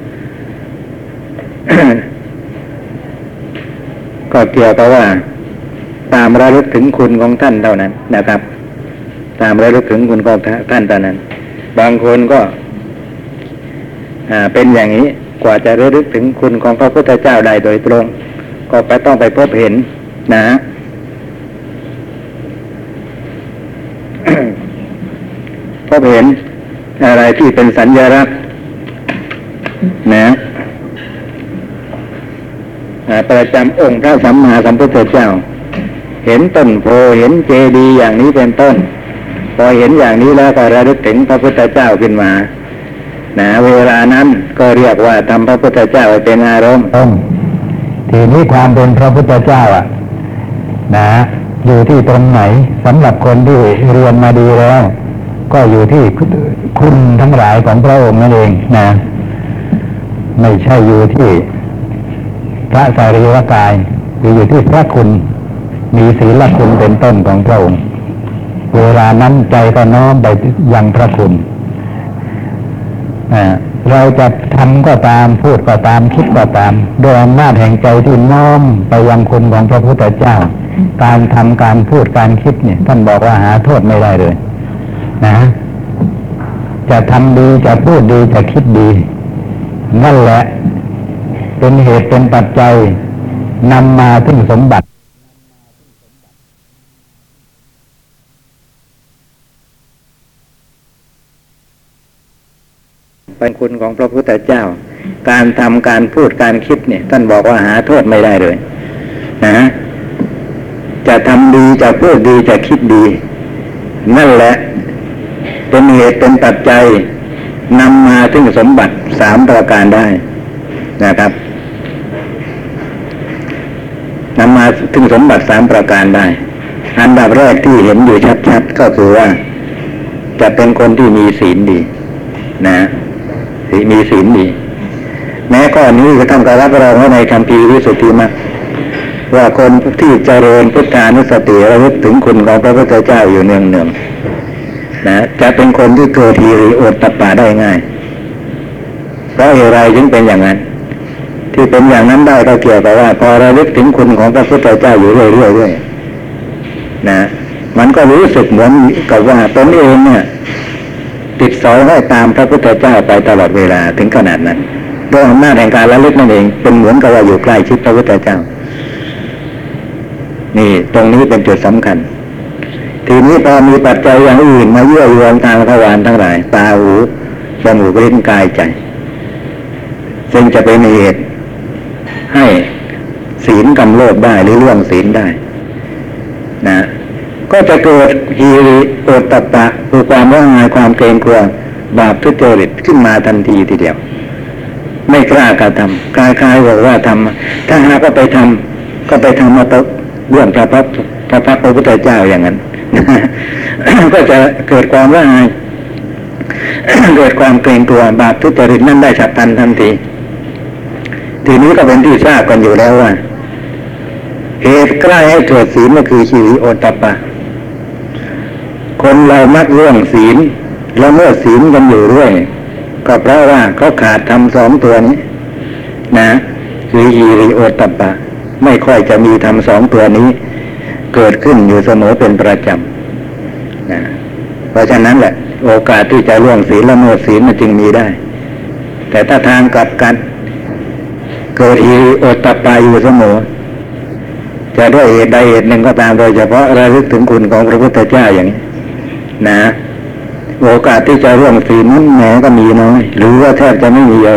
ก็เกี่ยวกับว่าตามระลึกถึงคุณของท่านเท่านั้นนะครับตามระลึกถึงคุณของท่านเท่านั้นบางคนก็เป็นอย่างนี้กว่าจะระลึกถึงคุณของพระพุทธเจ้าได้โดยตรงก็ไปต้องไปพบเห็นนะ พบเห็นอะไรที่เป็นสัญลักษณ์นะประจำองค์พระสัมมาสัมพุทธเจ้าเห็นต้นโพเห็นเจดีย์อย่างนี้เป็นต้นพอเห็นอย่างนี้แล้วก็ระลึกถึงพระพุทธเจ้าขึ้นมานะเวลานั้นก็เรียกว่าทำพระพุทธเจ้าเป็นอารมณ์ทีนี้ความเป็นพระพุทธเจ้าอ่ะนะอยู่ที่ตรงไหนสำหรับคนที่เรียนมาดีแล้วก็อยู่ที่คุณทั้งหลายของพระองค์นั่นเองนะไม่ใช่อยู่ที่พระสรีระกายหรืออยู่ที่พระคุณมีศีลคุณเป็นต้นของพระองค์เวลานั้นใจก็น้อมไปยังพระคุณเราจะทำก็ตามพูดก็ตามคิดก็ตามโดยอำนาจแห่งใจที่น้อมไปยังคุณของพระพุทธเจ้าการทำการพูดการคิดเนี่ยท่านบอกว่าหาโทษไม่ได้เลยนะจะทำดีจะพูดดีจะคิดดีนั่นแหละเป็นเหตุเป็นปัจจัยนำมาถึงสมบัติเป็นคุณของพระพุทธเจ้าการทำการพูดการคิดเนี่ยท่านบอกว่าหาโทษไม่ได้เลยนะจะทำดีจะพูดดีจะคิดดีนั่นแหละเป็นเหตุเป็นปัจจัยนำมาถึงสมบัติสามประการได้นะครับนำมาถึงสมบัติสามประการได้อันดับแรกที่เห็นอยู่ชัดๆก็คือว่าจะเป็นคนที่มีศีลดีนะมีศีลดีแม้ข้อนี้ก็ท่านก็รับรองไว้ในคัมภีร์วิสุทธิมรรคว่าคนที่เจริญพุทธานุสติระลึกถึงคุณของพระพุทธเจ้าอยู่เนืองๆนะจะเป็นคนที่เกิดฮีริโอตตัปปะได้ง่ายเพราะอะไรจึงเป็นอย่างนั้นที่เป็นอย่างนั้นได้ก็เกี่ยวกับว่าพอระลึกถึงคุณของพระพุทธเจ้าอยู่เรื่อยๆนะมันก็รู้สึกเหมือนกับว่าตนเองเนี่ยติดสอยห้อยตามพระพุทธเจ้าไปตลอดเวลาถึงขนาดนั้นด้วยอำนาจแห่งการระลึกนั่นเองเป็นเหมือนกับว่าอยู่ใกล้ชิดพระพุทธเจ้านี่ตรงนี้เป็นจุดสำคัญทีนี้พอมีปัจจัยอย่างอื่นมายั่วยวนทางทวารทั้งหลายตาหูจมูกลิ้นกายใจซึ่งจะเป็นเหตุให้ศีลกำเริบได้หรือล่วงศีลได้นะก็จะเกิดฮีริโอตตัปปะคือความละอายความเกรงกลัวบาปทุจริตขึ้นมาทันทีทีเดียวไม่กล้ากระทำคล้ายๆบอกว่าทำถ้าหากว่าไปทำก็ไปทำมาตเรื่องพระพักพระพักพระพุทธเจ้าอย่างนั้น ก็จะเกิดความละอาย เกิดความเกรงกลัวบาปทุจริตนั่นได้ฉับพลันทันทีทีนี้ก็เป็นที่ทราบกันอยู่แล้วว่าเหตุใกล้ให้เกิดศีลก็คือฮีริโอตตัปปะคนเรามักล่วงศีลแล้วเมื่อศีลกันอยู่ด้วยก็เพราะว่าเขาขาดทำสองตัวนี้นะคือฮีริโอตตัปปะไม่ค่อยจะมีทำสองตัวนี้เกิดขึ้นอยู่เสมอเป็นประจำนะเพราะฉะนั้นแหละโอกาสที่จะล่วงศีลละเมิดศีลมันจึงมีได้แต่ถ้าทางกลับกันเกิดฮีริโอตตัปปะอยู่เสมอจะด้วยเหตุใดเหตุหนึ่งก็ตามโดยเฉพาะระลึกถึงคุณของพระพุทธเจ้าอย่างนี้นะโอกาสที่จะร่วงศีลนั้นแหมก็มีน้อยหรือว่าแทบจะไม่มีเลย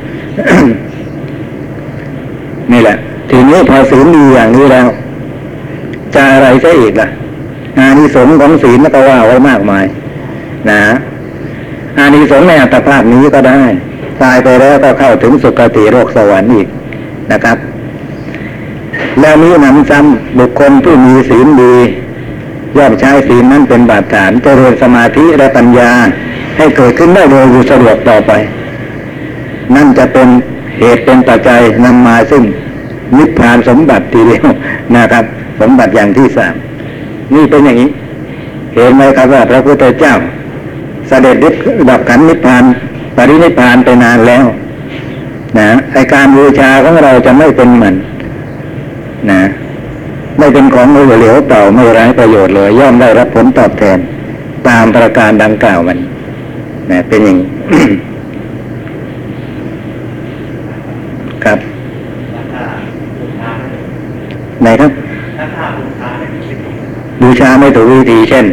นี่แหละทีนี้พอศีลดีอย่างนี้แล้วจะอะไรซะอีกล่ะอานิสงส์ของศีลก็ว่าไว้มากมายนะอานิสงส์ในอัตภาพนี้ก็ได้ตายไปแล้วก็เข้าถึงสุคติโลกสวรรค์อีกนะครับแล้วนี้นำซ้ำบุคคลผู้มีศีลดีย่อมใช้ศีลนั้นเป็นบาดฐานเจริญสมาธิและปัญญาให้เกิดขึ้นได้โดยสะดวกต่อไปนั่นจะเป็นเหตุเป็นปัจจัยนำมาซึ่งนิพพานสมบัติทีเดียวนะครับสมบัติอย่างที่สามนี่เป็นอย่างนี้เห็นไหมครับว่าพระพุทธเจ้าเสด็จดับขันธ์นิพพานปรินิพพานไปนานแล้วนะไอ้การบูชาของเราจะไม่เป็นเหมือนนะไม่เป็นของเหลวเปล่าไม่ไร้ประโยชน์เลยย่อมได้รับผลตอบแทนตามประการดังกล่าวมันนะเป็นอย่าง ครับไหนครับบูชาไม่ถูกวิธีเช่น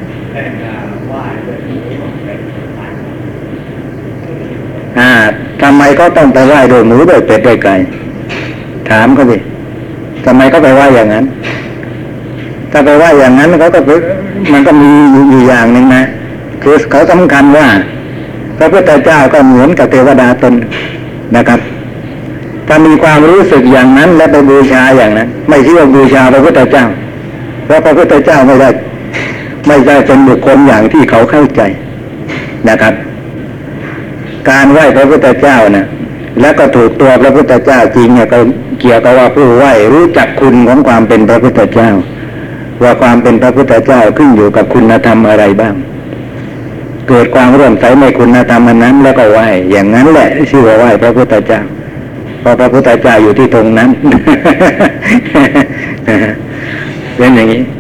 อ่าทำไมก็ต้องไปไหว้โดยหมูโดยเป็ดโดยไก่ถามเขาดิทำไมก็ไปไหว้อย่างนั้นถ้าไปว่าอย่างนั้นเขาก็มันก็มีอยู่อย่างหนึ่งนะคือเขาสำคัญว่าพระพุทธเจ้าก็เหมือนกับเทวดาตนนะครับถ้ามีความรู้สึกอย่างนั้นและไปบูชาอย่างนั้นไม่ใช่ว่าบูชาพระพุทธเจ้าเพราะพระพุทธเจ้าไม่ได้ไม่ได้เป็นบุคคลอย่างที่เขาเข้าใจนะครับการไหว้พระพุทธเจ้านะแล้วก็ถูกตัวพระพุทธเจ้าจริงเนี่ยก็เกี่ยวกับว่าผู้ไหว้รู้จักคุณของความเป็นพระพุทธเจ้าว่าความเป็นพระพุทธเจ้าขึ้นอยู่กับคุณธรรมอะไรบ้างเกิดความเริ่มใสในคุณธรรมนั้นแล้วก็ไหว้อย่างนั้นแหละชื่อว่าไหว้พระพุทธเจ้าเพราะพระพุทธเจ้าอยู่ที่ตรงนั้นเป็นอย่างนี้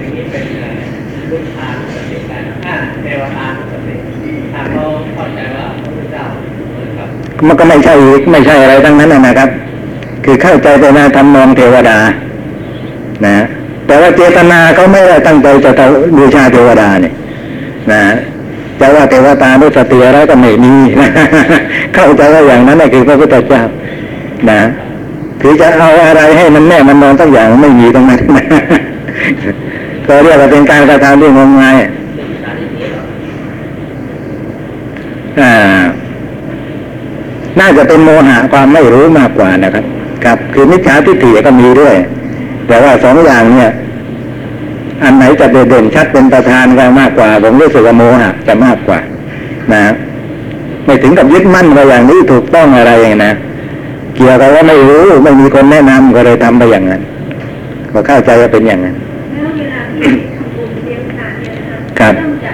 มันก็ไม่ใช่ไม่ใช่อะไรทั้งนั้นนะครับคือเข้าใจไปในธรรมนองเทวดานะแต่ว่าเจตนาเขาไม่ได้ตั้งใจจะบูชาเทวดาเนี่ยนะจะว่าเทวตาด้วยสติอะไรก็ไม่มีเข้าใจว่าอย่างนั้นคือพระพุทธเจ้านะคือจะเอาอะไรให้มันแน่มันนอนตั้งอย่างไม่มีตรงนั้นก็เรียกว่าเป็นการกระทำที่งมงายอ่าน่าจะเป็นโมหะความไม่รู้มากกว่านะครับครับคือมิจฉาทิฏฐิก็มีด้วยแต่ว่าสองอย่างเนี่ยอันไหนจะเด่นชัดเป็นประธานกันมากกว่าผมรู้สึกว่าโมหะจะมากกว่านะไม่ถึงกับยึดมั่นว่าอย่างนี้ถูกต้องอะไรอย่างนะเกี่ยวกับว่าไม่รู้ไม่มีคนแนะนำก็เลยทำไปอย่างนั้นก็เข้าใจว่าเป็นอย่างนั้นครับ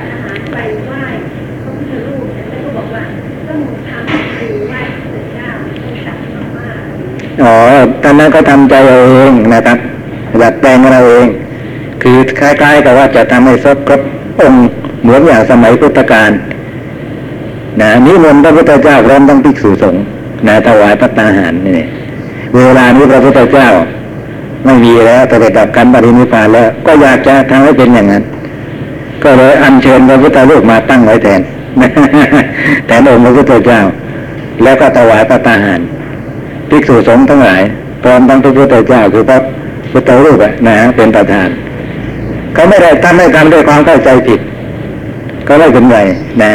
อ๋อตอนนั้นก็ทำใจเอาเองนะครับดัดแปลงเราเองคือคล้ายๆกับว่าจะทำให้ครบครบองค์เหมือนอย่างสมัยพุทธกาลนะนิมนต์พระพุทธเจ้าพร้อมทั้งภิกษุสงฆ์นะถวายภัตตาหารนี่เวลานี้พระพุทธเจ้าไม่มีแล้วแต่ได้ดับขันธ์ปรินิพพานแล้วก็อยากจะทำให้เป็นอย่างนั้นก็เลยอัญเชิญพระพุทธรูปมาตั้งไว้แทนแทนองค์พระพุทธเจ้าแล้วก็ถวายภัตตาหารภิกษุสงฆ์ทั้งหลายพร้อมทั้งพระพุทธเจ้าคือพระพุทธรูปนะเป็นประธานเขาไม่ได้ทำไม่ทำด้วยความเข้าใจผิดก็ไม่เป็นไรนะ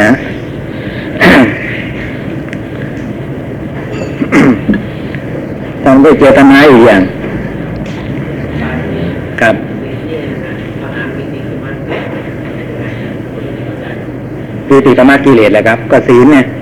ทำด้วยเจตนาอีกอย่างครับปีติกามกิเลสแหละครับก็ศีลเนี่ย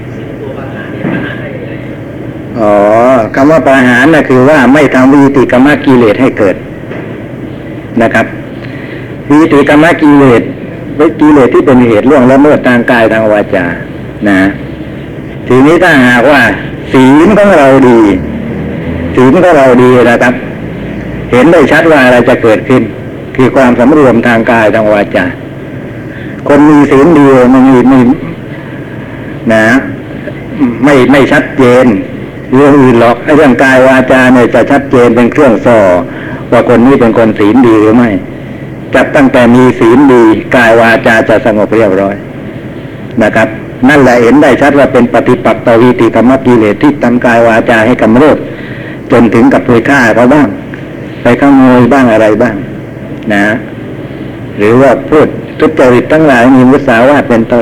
อ๋อคำว่าประหารน่ะคือว่าไม่ทำวิติกามกิเลสให้เกิดนะครับวิติกามกิเลสเป็นกิเลสที่เป็นเหตุล่วงละเมิดทางกายทางวาจานะทีนี้ถ้าหากว่าศีลของเราดีศีลของเราดีนะครับเห็นได้ชัดว่าอะไรจะเกิดขึ้นคือความสำรวมทางกายทางวาจาคนมีศีลดีมันมีไม่นะไม่ไม่ชัดเจนเรื่องอื่นหรอกไอ้เรื่องกายวาจาเนี่ยจะชัดเจนเป็นเครื่องส่อว่าคนนี้เป็นคนศีลดีหรือไม่จับตั้งแต่มีศีลดีกายวาจาจะสงบเรียบร้อยนะครับนั่นแหละเห็นได้ชัดว่าเป็นปฏิปักษ์ต่อวิติกามกิเลสที่ทำกายวาจาให้กำเริบจนถึงกับไปฆ่าเขาบ้างไปขโมยบ้างอะไรบ้างนะหรือว่าพูดทุจริตทั้งหลายมีมุสาวาทเป็นต้น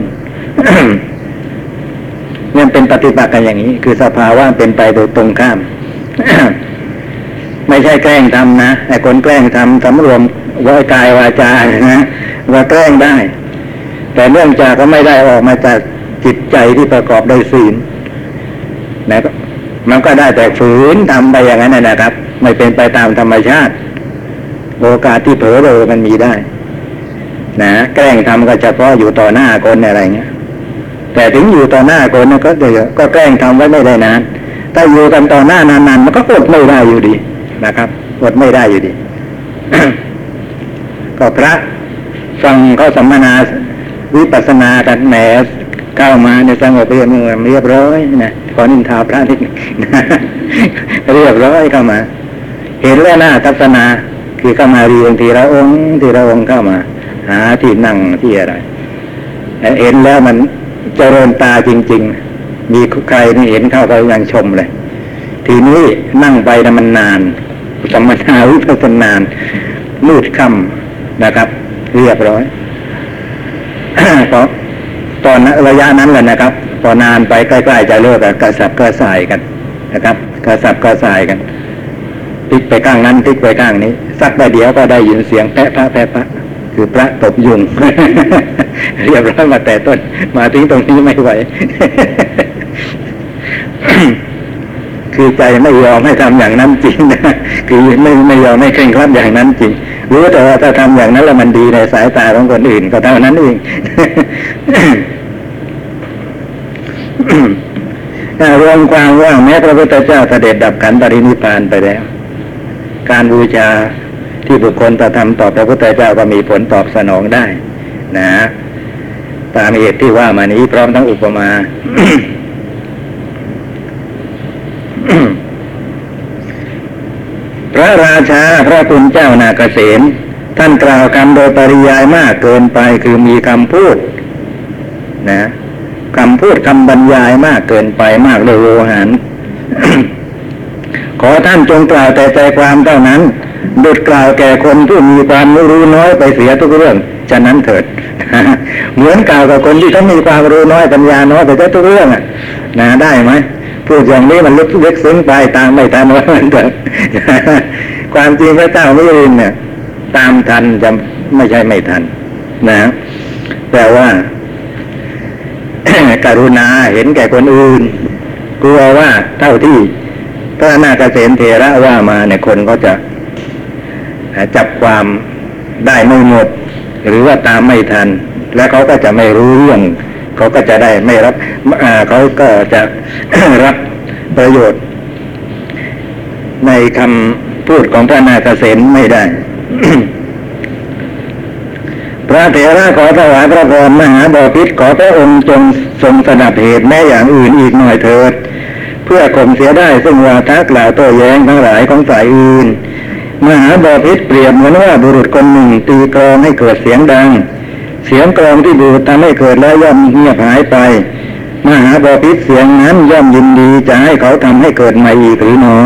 เนี่ยเป็นปฏิปักษ์กันอย่างนี้คือสภาวะเป็นไปโดยตรงข้าม ไม่ใช่แกล้งทำนะไอ้คนแกล้งทำสำรวมว่ากายวาจานะว่าแกล้งได้แต่เนื่องจากก็ไม่ได้ออกมาจากจิตใจที่ประกอบด้วยศีลนะมันก็ได้แต่ฝืนทำไปอย่างนั้นนะครับไม่เป็นไปตามธรรมชาติโอกาสที่เผลอเลยมันมีได้นะแกล้งทำก็เฉพาะอยู่ต่อหน้าคนอะไรเงี้ยแต่ถึงอยู่ต่อหน้าคนก็เดี๋ยวก็แกล้งทำไว้ไม่ได้นานถ้าอยู่กันต่อหน้านานๆมันก็อดไม่ได้อยู่ดีนะครับอดไม่ได้อยู่ดี ก็พระฟังเขาสัมมนาวิปัสสนากันแหมเข้ามาในสงบเรียบเรียบร้อยนะขอนินทาพระนิดเรียบร้อยเข้ามาเห็นแล้วหน้าทัศนาคือเข้ามาเรียนทีละองค์ทีละองค์เข้ามาหาที่นั่งที่อะไรเห็นแล้วมันเจริญตาจริงๆมีใครนี่เห็นเข้าก็ยังชมเลยทีนี้นั่งไปนะมันนานสัมมนาวิปัสสนานมืดค่นะครับ เรียบร้อย พอตอนระยะนั้นแหละนะครับพอนานไปใกล้ๆจะเลิกกระสับกระส่ายกันนะครับกระสับกระส่ายกันพลิกไปข้างนั้นพลิกไปข้างนี้สักประเดี๋ยวก็ได้ยินเสียงแพะพระแพะพระคือพระตบยุง เรียบร้อยมาแต่ต้นมาถึงตรงนี้ไม่ไหว คือใจไม่ยอมให้ทำอย่างนั้นจริงนะคือไม่ไม่ยอมให้เคร่งครัดอย่างนั้นจริงรู้แต่ว่าถ้าทำอย่างนั้นแล้วมันดีในสายตาของคนอื่นก็เท่านั้นเอง รวมความว่าแม้พระพุทธเจ้าเสด็จดับขันธ์ปรินิพพานไปแล้วการบูชาที่บุคคลจะทำต่อพระพุทธเจ้าก็มีผลตอบสนองได้นะตามเหตุที่ว่ามานี้พร้อมทั้งอุปมา พระราชาพระคุณเจ้านาเกษมท่านกล่าวคำโดยปริยายมากเกินไปคือมีคำพูดนะคำพูดคำบรรยายมากเกินไปมากเลยโวหาร ขอท่านจงกล่าวแต่ใจความเท่านั้นดุจกล่าวแก่คนที่มีความรู้น้อยไปเสียทุกเรื่องฉะนั้นเถิด เหมือนกล่าวกับคนที่เขามีความรู้น้อยปัญญาน้อยไปทุกเรื่องอ่ะนะได้ไหมพูดอย่างนี้มันลึกลึกซึ้งไปตามไม่ทันว่ามันเถิด ความจริงพระเจ้ามิลินเนี่ยตามทันจะไม่ใช่ไม่ทันนะแต่ว่า กรุณาเห็นแก่คนอื่นกลัวว่าเท่าที่พระนาคเษนเถระว่ามาเนี่ยคนก็จะจับความได้ไม่หมดหรือว่าตามไม่ทันและเขาก็จะไม่รู้เรื่องเขาก็จะได้ไม่รับเขาก็จะ รับประโยชน์ในคำพูดของพระนาคเษนไม่ได้ พระเถระขอถวายพระพรมหาบพิตรขอพระองค์จงทรงสดับเหตุแม้อย่างอื่นอีกหน่อยเถิดเพื่อข่มเสียได้ซึ่งวาทะกล่าวโต้แย้งทั้งหลายของฝ่ายอื่นมหาบพิตรเปรียบเหมือนว่าบุรุษคนหนึ่งตีกลองให้เกิดเสียงดังเสียงกลองที่บูดทำให้เกิดแล้วย่อมเงียบหายไปมหาบพิตรเสียงนั้นย่อมยินดีจะให้เขาทำให้เกิดใหม่อีกหรือหนอ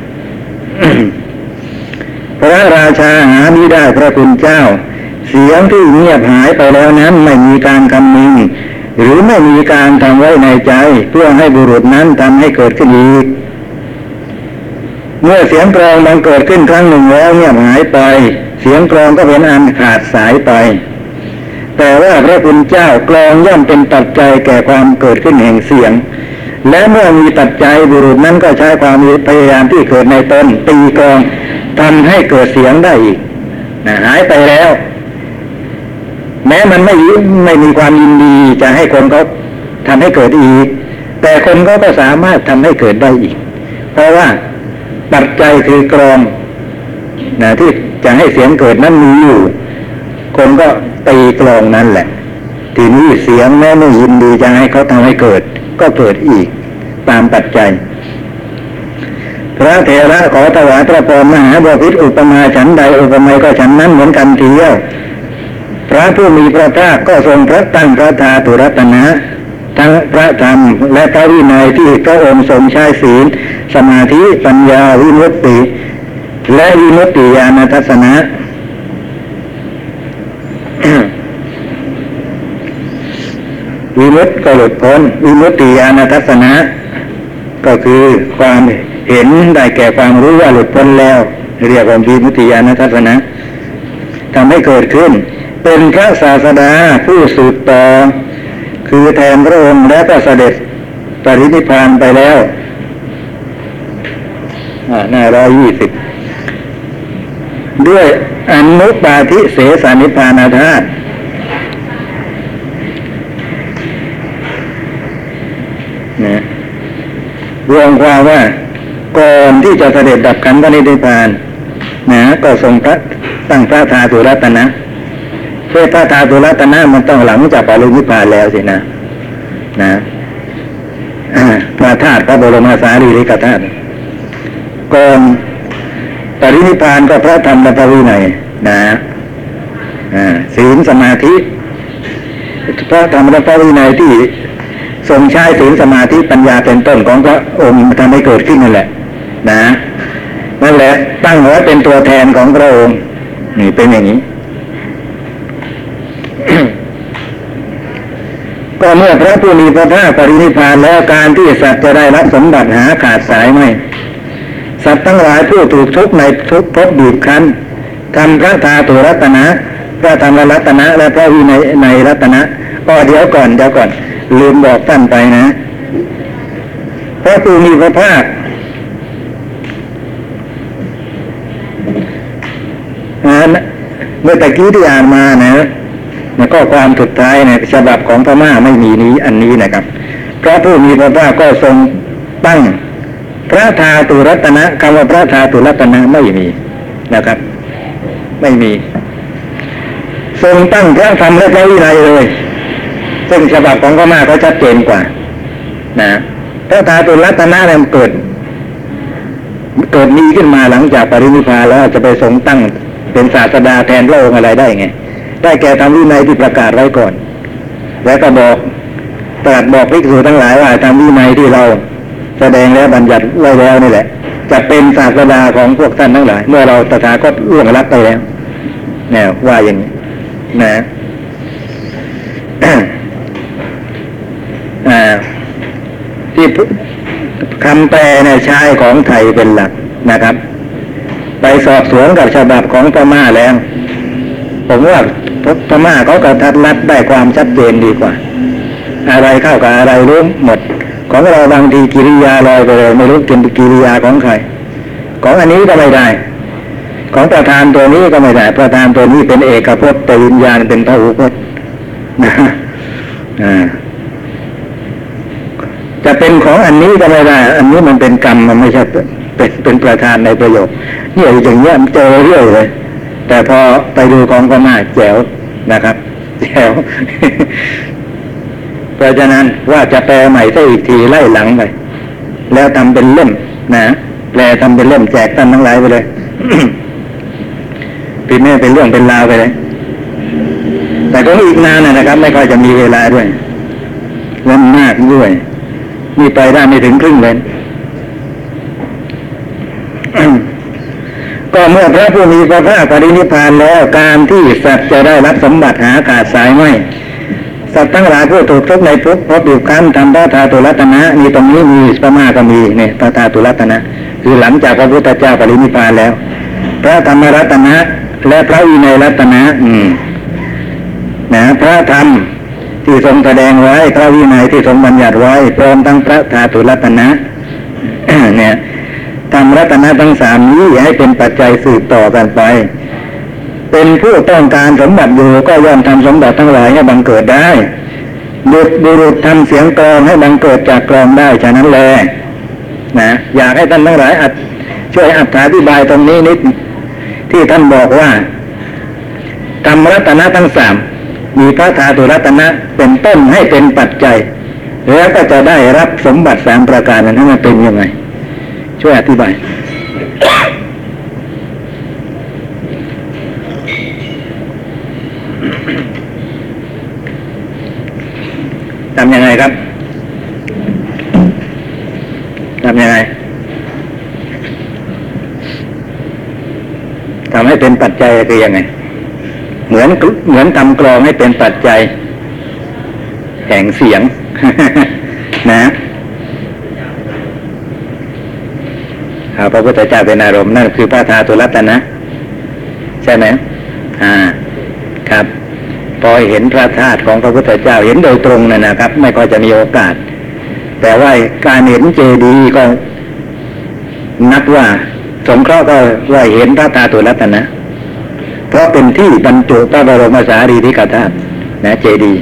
พระราชาหามิได้พระคุณเจ้าเสียงที่เงียบหายไปแล้วนั้นไม่มีการคำนึงหรือไม่มีการทำไว้ในใจเพื่อให้บุรุษนั้นทำให้เกิดขึ้นอีกเมื่อเสียงกลองมันเกิดขึ้นครั้งหนึ่งแล้วเงียบหายไปเสียงกลองก็เป็นอันขาดสายไปแต่ว่าพระคุณเจ้ากลองย่อมเป็นปัจจัยแก่ความเกิดขึ้นแห่งเสียงและเมื่อมีปัจจัยบุรุษนั้นก็ใช้ความพยายามที่เกิดในตนตีกลองทำให้เกิดเสียงได้อีกนะหายไปแล้วแม้มันไม่ไม่มีความยินดีจะให้คนเขาทำให้เกิดอีกแต่คนเขาก็สามารถทำให้เกิดได้อีกเพราะว่าปัจจัยคือกลองนะที่จะให้เสียงเกิดนั้นมีอยู่คนก็ตีกลองนั่นแหละทีนี้เสียงแม้ไม่ยินดีจะให้เขาทำให้เกิดก็เกิดอีกตามปัจจัยพระเถระขอถวายพระพรมหาบพิตรอุปมาฉันใดอุปไมยก็ฉันนั้นเหมือนกันทีเดียวพระผู้มีพระภาคก็ทรงพระตั้งพระธาตุรัตนะทั้งพระธรรมและพระวินัยที่พระองค์ทรงใช้ศีลสมาธิปัญญาวิมุตติและวิมุตติญาณทัศนะ วิมุตติก็หลุดพ้นวิมุตติญาณทัศนะก็คือความเห็นได้แก่ความรู้ว่าหลุดพ้นแล้วเรียกว่าวิมุตติญาณทัศนะทำให้เกิดขึ้นเป็นพระศาสดาผู้สืบต่อคือแทนพระองค์และก็เสด็จปรินิพพานไปแล้วหน้าร้อยยี่สิบด้วยอนุปาทิเสสนิพพานาธาตุนะรวมความว่าก่อนที่จะเสด็จดับขันธ์ปรินิพพานนะก็ทรงพระตั้งพระธาตุรัตนะเพื่อพระธาตุรัตนะมันต้องหลังจากปรินิพพานแล้วสินะนะพระธาตุพระบรมสารีริกธาตุก่อนปรินิพพานก็พระธรรมและพระวินัยนะศีลสมาธิพระธรรมและพระวินัยที่ทรงใช้ศีลสมาธิปัญญาเป็นต้นของพระองค์ทำให้เกิดขึ้นนั่นแหละนะนั่นแหละตั้งไว้เป็นตัวแทนของพระองค์นี่เป็นอย่างนี้ก็เมื่อพระผู้มีพระภาคปรินิพพานแล้วการที่สัตว์จะได้รับสมบัติหาขาดสายไม่สัตว์ทั้งหลายผู้ถูกทุกข์ในทุกภพบีบคั้นทำพระธาตุรัตนะพระธรรมรัตนะและพระวินัยในรัตนะก็เดี๋ยวก่อนเดี๋ยวก่อนลืมบอกท่านไปนะพระผู้มีพระภาคเมื่อตะกี้ที่อ่านมานะแล้วก็ความสุดท้ายในฉบับของพม่าไม่มีนี้อันนี้นะครับพระผู้มีพระภาคก็ทรงตั้งพระธาตุรัตนะคำว่าพระธาตุรัตนะไม่มีนะครับไม่มีทรงตั้งพระธรรมและพระวินัยเลยซึ่งฉบับของพม่าเขาชัดเจนกว่านะพระธาตุรัตนะเนี่ยเกิดเกิดมีขึ้นมาหลังจากปรินิพพานแล้วจะไปทรงตั้งเป็นศาสดาแทนพระองค์อะไรได้ไงได้แก่ธรรมวินัยที่ประกาศไว้ก่อนแล้วก็บอกตรัสบอกภิกษุทั้งหลายว่าธรรมวินัยที่เราแสดงแล้วบัญญัติไว้แล้วนี่แหละจะเป็นศาสดาของพวกท่านทั้งหลายเมื่อเราตถาคตล่วงลับไปแล้วเนี่ยว่าอย่างนี้นะที่คำแปลในชายของไทยเป็นหลักนะครับไปสอบสวนกับฉบับของพม่าแล้วผมว่าพม่าเขากระทัดรัดได้ความชัดเจนดีกว่าอะไรเข้ากับอะไรรู้หมดของเราบางทีกิริยาลอยไปเลยไม่รู้เป็นกิริยาของใครของอันนี้ก็ไม่ได้ของประธานตัวนี้ก็ไม่ได้ประธานตัวนี้เป็นเอกพจน์แต่วิญญาณเป็นพหุพจน์นะอ่าจะเป็นของอันนี้ก็ไม่ได้อันนี้มันเป็นกรรมมันไม่ใช่เป็นเป็นประธานในประโยคเนี่ยอย่างเงี้ยเจอเรื่อยเลยแต่พอไปดูของพม่าแจ๋วนะครับแจ๋ว เพราะฉะนั้นว่าจะแปลใหม่ซะอีกทีไล่หลังไปแล้วทำเป็นเล่มนะแปลทำเป็นเล่มแจกท่านทั้งหลายไปเลย ปีนี้เป็นเรื่องเป็นราวไปเลยแต่ก็อีกนานนะครับไม่ค่อยจะมีเวลาด้วยลำมากด้วยนี่ไปได้ไม่ถึงครึ่งเลยก็เมื่อพระผู้มีพระภาคปรินิพพานแล้วการที่สัตว์จะได้รับสมบัติหาขาดสายไม่สัตว์ทั้งหลายผู้ถูกทุกข์ในทุกข์เพราะบีบคั้นทำพระธาตุรัตนะมีตรงนี้มีพม่าก็มีเนี่ยพระธาตุรัตนะคือหลังจากพระพุทธเจ้าปรินิพพานแล้วพระธรรมรัตนะและพระวินัยรัตนะอืมนะพระธรรมที่ทรงแสดงไว้พระวินัยที่ทรงบัญญัติไว้พร้อมทั้งพระธาตุรัตนะ เนี่ยธรรมรัตนะทั้งสามนี้ให้เป็นปัจจัยสืบต่อกันไปเป็นผู้ต้องการสมบัติอยู่ก็ย่อมทำสมบัติทั้งหลายให้บังเกิดได้บุตรบุรุษทำเสียงกลองให้บังเกิดจากกลองได้ฉะนั้นแลนะอยากให้ท่านทั้งหลายช่วยอธิบายตรงนี้นิดที่ท่านบอกว่าธรรมรัตนะทั้งสามมีพระธาตุรัตนะเป็นต้นให้เป็นปัจจัยแล้วก็จะได้รับสมบัติสามประการนั้นมันเป็นยังไงช่วยอธิบายทำยังไงครับทำยังไงทำให้เป็นปัจจัยคือยังไงเหมือนเหมือนทำกลองให้เป็นปัจจัยแห่งเสียง นะพระพุทธเจ้าเป็นอารมณ์นั่นคือพระธาตุรัตนะใช่ไหมอ่าครับพอเห็นพระธาตุของพระพุทธเจ้าเห็นโดยตรงนั่นนะครับไม่ค่อยจะมีโอกาสแต่ว่าการเห็นเจดีย์ก็นับว่าสงเคราะห์ก็ว่าเห็นพระธาตุรัตนะเพราะเป็นที่บรรจุพระบรมสารีริกธาตุนะเจดีย์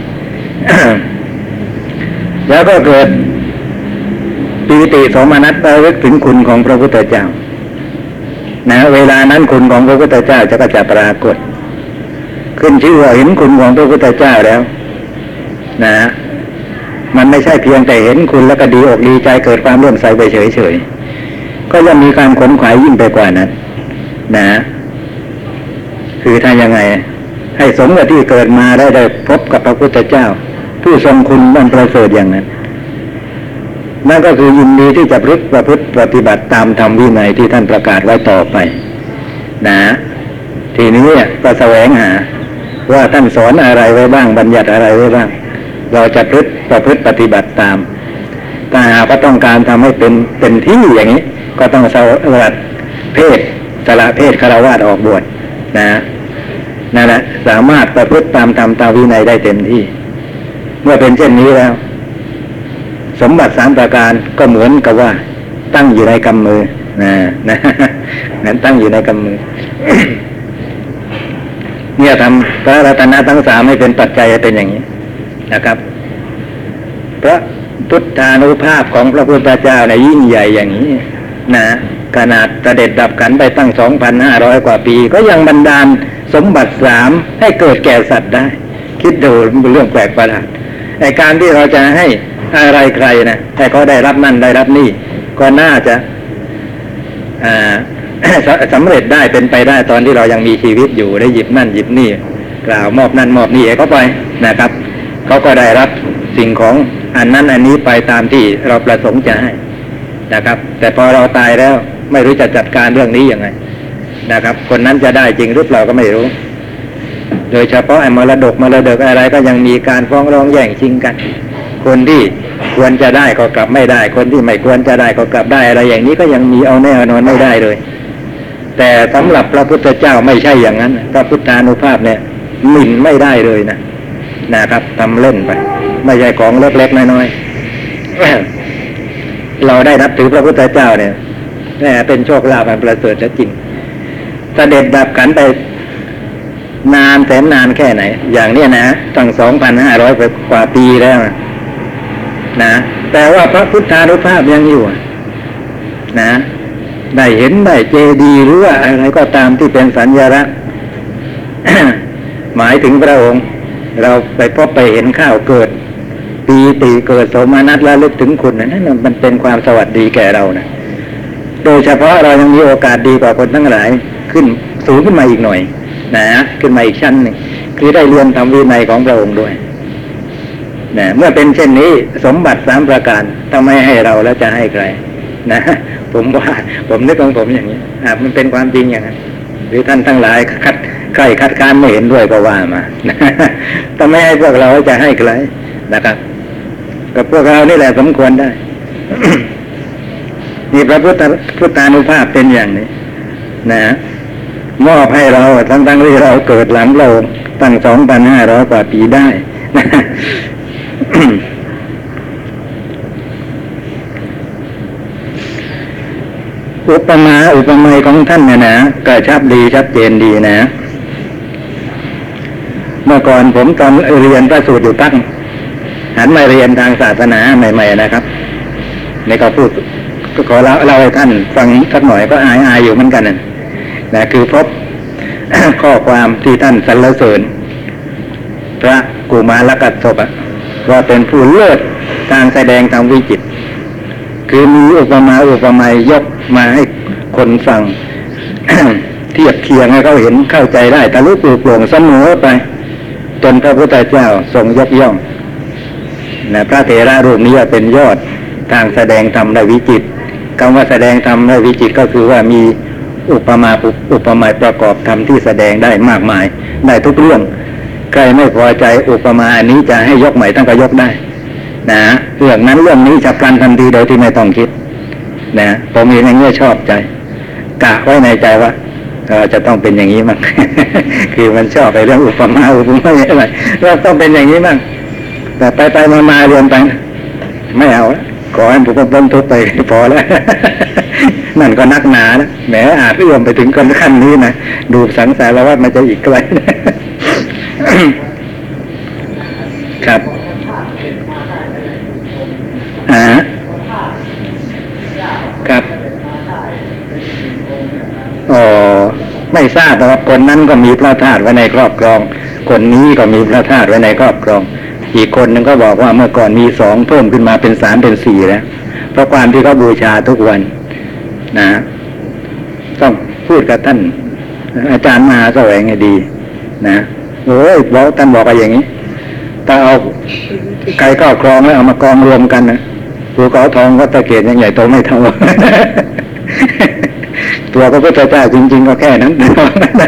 แล้วก็เกิดปีติโสมนัสระลึกถึงคุณของพระพุทธเจ้านะเวลานั้นคุณของพระพุทธเจ้าจะก็จะปรากฏขึ้นชื่อว่าเห็นคุณของพระพุทธเจ้าแล้วนะมันไม่ใช่เพียงแต่เห็นคุณแล้วก็ดีอกดีใจเกิดความเลื่อมใสไปเฉยๆก็ยังมีการขนขวายยิ่งไปกว่านั้นนะคือถ้ายังไงให้สมกับที่เกิดมาได้ได้พบกับพระพุทธเจ้าผู้ทรงคุณบันประเสริฐอย่างนั้นนั่นก็คือยินดีที่จะประพฤติปฏิบัติตามธรรมวินัยที่ท่านประกาศไว้ต่อไปนะทีนี้ก็แสวงหาว่าท่านสอนอะไรไว้บ้างบัญญัติอะไรไว้บ้างเราจะพฤติประพฤติปฏิบัติตามถ้าหากว่าต้องการทำให้เป็นเป็นที่อย่างนี้ก็ต้องสละเพศสละเพศฆราวาสออกบวชนะนั่นแหละสามารถประพฤติตามธรรมตามวินัยได้เต็มที่เมื่อเป็นเช่นนี้แล้วสมบัติสามประการก็เหมือนกับว่าตั้งอยู่ในกำมือนะนะงั้นตั้งอยู่ในกำมือ เนี่ยทำพระรัตนะทั้งสามให้เป็นปัจจัยเป็นอย่างนี้นะครับพระพุทธานุภาพของพระพุทธเจ้าในยิ่งใหญ่อย่างนี้นะขนาดเสด็จดับขันธ์ไปตั้ง สองพันห้าร้อย กว่าปีก็ยังบันดาลสมบัติสามให้เกิดแก่สัตว์ได้คิดดูเป็นเรื่องแปลกประหลาดในการที่เราจะให้อะไรใครนะแต่เขาได้รับนั่นได้รับนี่ก็น่าจะอ่า สำเร็จได้เป็นไปได้ตอนที่เรายังมีชีวิตอยู่ได้หยิบนั่นหยิบนี่กล่าวมอบนั่นมอบนี่ให้เขาไปนะครับเขาก็ได้รับสิ่งของอันนั้นอันนี้ไปตามที่เราประสงค์จะให้นะครับแต่พอเราตายแล้วไม่รู้จะจัดการเรื่องนี้ยังไงนะครับคนนั้นจะได้จริงหรือเปล่าก็ไม่รู้โดยเฉพาะไอ้มรดกมรดกอะไรก็ยังมีการฟ้องร้องแย่งชิงกันคนที่ควรจะได้ก็กลับไม่ได้คนที่ไม่ควรจะได้ก็กลับได้อะไรอย่างนี้ก็ยังมีเอาแน่นอนไม่ได้เลยแต่สำหรับพระพุทธเจ้าไม่ใช่อย่างนั้นพระพุทธานุภาพเนี่ยหมิ่นไม่ได้เลยนะนะครับทำเล่นไปไม่ใช่ของเล็กๆน้อยๆ เราได้นับถือพระพุทธเจ้าเนี่ยแน่เป็นโชคลาภอันประเสริฐจริงเสด็จดับขันธ์ไปนานแสนนานแค่ไหนอย่างเนี้ยนะตั้ง สองพันห้าร้อย กว่าปีแล้วนะแต่ว่าพระพุทธานุภาพยังอยู่นะได้เห็นได้เจดีย์หรือว่าอะไรก็ตามที่เป็นสัญลักษณ์ หมายถึงพระองค์เราไปพบไปเห็นข้าวเกิดปีติเกิดโสมนัสและลึกถึงคุณนั่นมันเป็นความสวัสดีแก่เรานะโดยเฉพาะเรายังมีโอกาสดีกว่าคนทั้งหลายขึ้นสูงขึ้นมาอีกหน่อยนะขึ้นมาอีกชั้นหนึ่งคือได้เรียนธรรมวินัยของพระองค์ด้วยนะเมื่อเป็นเช่นนี้สมบัติสามประการทำไมให้เราแล้วจะให้ใครนะผมว่าผมนึกของผมอย่างนี้อ่ามันเป็นความจริงอย่างนั้นหรือท่านทั้งหลายคัดใครคัดค้านไม่เห็นด้วยก็ว่ามาทำไมให้พวกเราจะให้ใครนะครับกับพวกเรานี่แหละสมควรได้ นี่พระพุทธพุทธานุภาพเป็นอย่างนี้นะมอบให้เราทั้งทั้งที่เราเกิดหลังเราตั้ง สองพันห้าร้อย กว่าปีได้ อุปมาอุปไมยของท่านเนี่ยนะกระชับดีชัดเจนดีนะเมื่อก่อนผมตอนเรียนพระสูตรอยู่ตั้งหันมาเรียนทางศาสนาใหม่ๆนะครับในก็พูดก็ขอเล่าเล่าให้ท่านฟังสักหน่อยก็อายอายอยู่เหมือนกันนะนะคือพบ ข้อความที่ท่านสรรเสริญพระกุมารกัสสปะว่าเป็นผู้เลิศทางแสดงทางวิจิตรคือมีอุปมาอุปไมยยกมาให้คนฟัง เทียบเคียงให้เขาเห็นเข้าใจได้ทะลุปลุกโปร่งเสมอไปจนพระพุทธเจ้าทรงยกย่องนะพระเถระรูปนี้เป็นยอดทางแสดงธรรมในวิจิตรคำว่าแสดงธรรมในวิจิตรก็คือว่ามีอุปมาอุปไมยประกอบธรรมที่แสดงได้มากมายได้ทุกเรื่องใครไม่พอใจอุปมาอันนี้จะให้ยกใหม่ตั้งก็ยกได้นะเรื่องนั้นเรื่องนี้ฉับพลันทันทีโดยที่ไม่ต้องคิดนะผมเองอย่างนี้ชอบใจกะไว้ในใจว่าเออจะต้องเป็นอย่างนี้มั้ง คือมันชอบไปเรื่องอุปมาอุปไมยอะไรว่าต้องเป็นอย่างนี้มั้งแต่ไปไปมามาเรียนไปไม่เอาขอให้ผมพ้นทุกข์ไปพอแล้ว นั่นก็นักหนานะแหมอาจเอื้อมไปถึงขั้นนี้นะดูสังสารวัฏมันจะอีกไกล ครับอ่าครับอ๋อไม่ทราบว่าคนนั้นก็มีพระธาตุไว้ในครอบครองคนนี้ก็มีพระธาตุไว้ในครอบครองอีกคนนึงก็บอกว่าเมื่อก่อนมีสองเพิ่มขึ้นมาเป็นสามเป็นสี่แล้วเพราะความที่เขาบูชาทุกวันนะต้องพูดกับท่านอาจารย์มหาแสวงให้ดีนะโอ้ยบอกท่านบอกอะไรอย่างนี้ถ้าเอาใครครอบครองแล้วเอามากองรวมกันนะภูเขาทองวัดตะเกียบยังใหญ่โตไม่เท่า ตัวพระพุทธเจ้าจริงๆก็แค่นั้น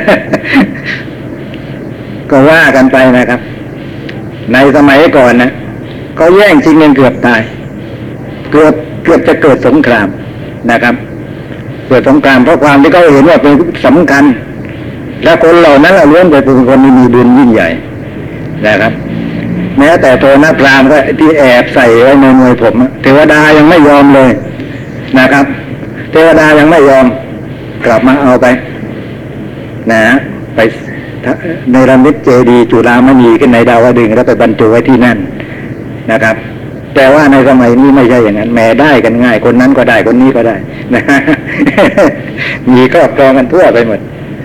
ก็ว่ากันไปนะครับในสมัยก่อนนะก็แย่งชิงกันเกือบตายเกือบเกือบจะเกิดสงครามนะครับเกิดสงครามเพราะความที่เขาเห็นว่าเป็นสำคัญและคนเหล่านั้นล้วนเป็นคนที่มีบุญยิ่งใหญ่นะครับแม้แต่ตัวนักพรามก็ที่แอบใส่ไว้ในมวยผมเทวดายังไม่ยอมเลยนะครับเทวดายังไม่ยอมกลับมาเอาไปนะไปในระมิดเจดีย์จุฬามณีขึ้นในดาวดึงส์แล้วไปบรรจุไว้ที่นั่นนะครับแต่ว่าในสมัยนี้ไม่ใช่อย่างนั้นแม้ได้กันง่ายคนนั้นก็ได้คนนี้ก็ได้นะมีครอบครองกันทั่วไปหมด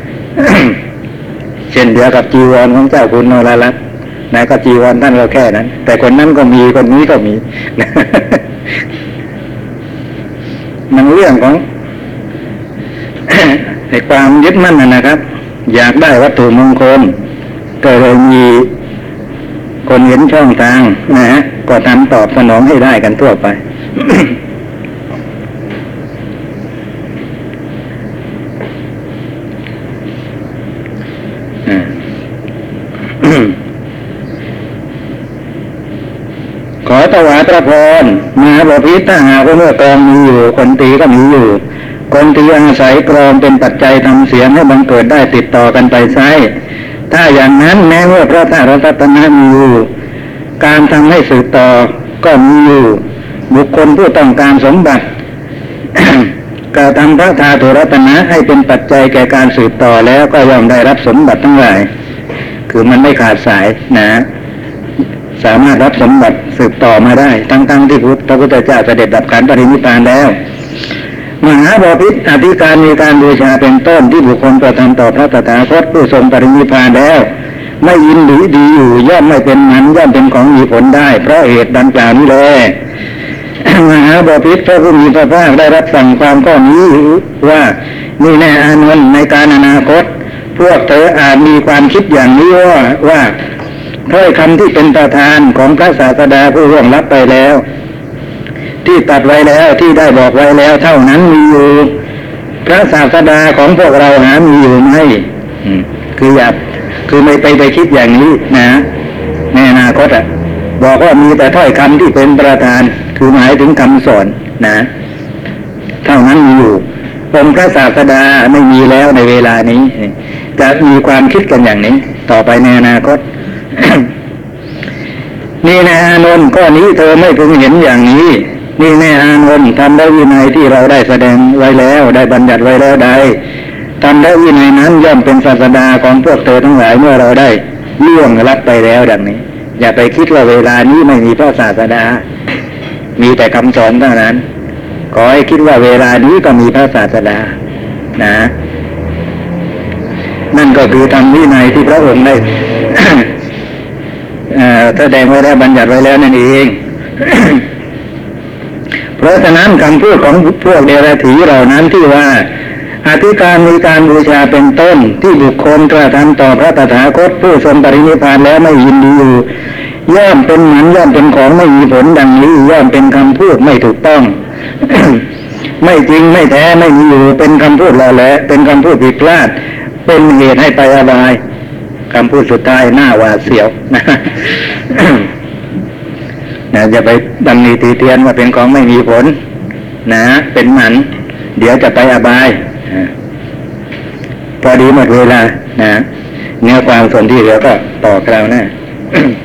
เช่นเดียวกับจีวรของเจ้าคุณนรรัตน์นะก็จีวรท่านก็แค่นั้นแต่คนนั้นก็มีคนนี้ก็มี มันเรื่องของ ไอ้ความยึดมั่นนะครับอยากได้วัตถุมงคลก็เลยมีคนเห็นช่องทางนะฮะก็ทำตอบสนองให้ได้กันทั่วไป ขอถวายพระพรมหาบพิตรถ้าหากว่าเมื่อกองมีอยู่คนตีก็มีอยู่คนตีอาศัยกรองเป็นปัจจัยทำเสียงให้บังเกิดได้ติดต่อกันไปไซถ้าอย่างนั้นแม้ว่าพระธาตุรัตนะมีอยู่การทำให้สืบต่อก็มีอยู่บุคคลผู้ต้องการสมบัติ กระทำพระธาตุรัตนะให้เป็นปัจจัยแก่การสืบต่อแล้วก็ย่อมได้รับสมบัติทั้งหลายคือมันไม่ขาดสายนะสามารถรับสมบัติสืบต่อมาได้ทั้งๆที่พระพุทธเจ้าเสด็จดับขันธ์ปรินิพพานแล้วมหาบพิตรอธิการมีการบูชาเป็นต้นที่บุคคลกระทำต่อพระตถาคตผู้ทรงปรินิพพานแล้วไม่ยินดีดีอยู่ย่อมไม่เป็นมันย่อมเป็นของมีผลได้เพราะเหตุดังกล่าวนี้เลย มหาบพิตรพระผู้มีพระภาคได้รับสั่งความข้อนี้ว่านี่แน่อานนท์ในการอนาคตพวกเธออาจมีความคิดอย่างนี้ว่าว่าถ้อยคำที่เป็นประธานของพระศาสดาผู้ร่วงลับไปแล้วที่ตัดไว้แล้วที่ได้บอกไว้แล้วเท่านั้นมีอยู่พระศาสดาของพวกเราหามีอยู่ไหมคืออย่าคือไม่ไปไปคิดอย่างนี้นะในอนาคตอ่ะบอกว่ามีแต่ถ้อยคำที่เป็นประธานคือหมายถึงคำสอนนะเท่านั้นมีอยู่องค์พระศาสดาไม่มีแล้วในเวลานี้จะมีความคิดกันอย่างนี้ต่อไปในอนาคต นี่แน่อานนท์ข้อนี้เธอไม่พึงเห็นอย่างนี้นี่แน่อานนท์ทำได้วินัยที่เราได้แสดงไว้แล้วได้บัญญัติไว้แล้วใดทำได้วินัยนั้นย่อมเป็นศาสดาของพวกเธอทั้งหลายเมื่อเราได้ล่วงลับไปแล้วดังนี้อย่าไปคิดว่าเวลานี้ไม่มีพระศาสดามีแต่คำสอนเท่านั้นขอให้คิดว่าเวลานี้ก็มีพระศาสดานะนั่นก็คือทำวินัยที่พระองค์ได้ แสดงไว้แล้วบัญญัติไว้แล้วนั่นเอง เพราะฉะนั้นคำพูดของพวกเดรัจฉีเหล่านั้นที่ว่าอธิการมีการบูชาเป็นต้นที่บุคคลกระทำต่อพระตถาคตผู้ทรงปรินิพพานแล้วไม่ยินดีอยู่ย่อมเป็นหมันย่อมเป็นของไม่มีผลดังนี้ย่อมเป็นคำพูดไม่ถูกต้อง ไม่จริงไม่แท้ไม่มีอยู่เป็นคำพูดหล่อแหละเป็นคำพูดผิดพลาดเป็นเหตุให้ไปอบายคำพูดสุดท้ายหน้าหวาดเสียวนะ นะจะไปดำเนินตีเตียนว่าเป็นของไม่มีผลนะเป็นหมันเดี๋ยวจะไปอบายพอดีหมดเวลานะเนื้อความส่วนที่เหลือก็ต่อคราวหน้า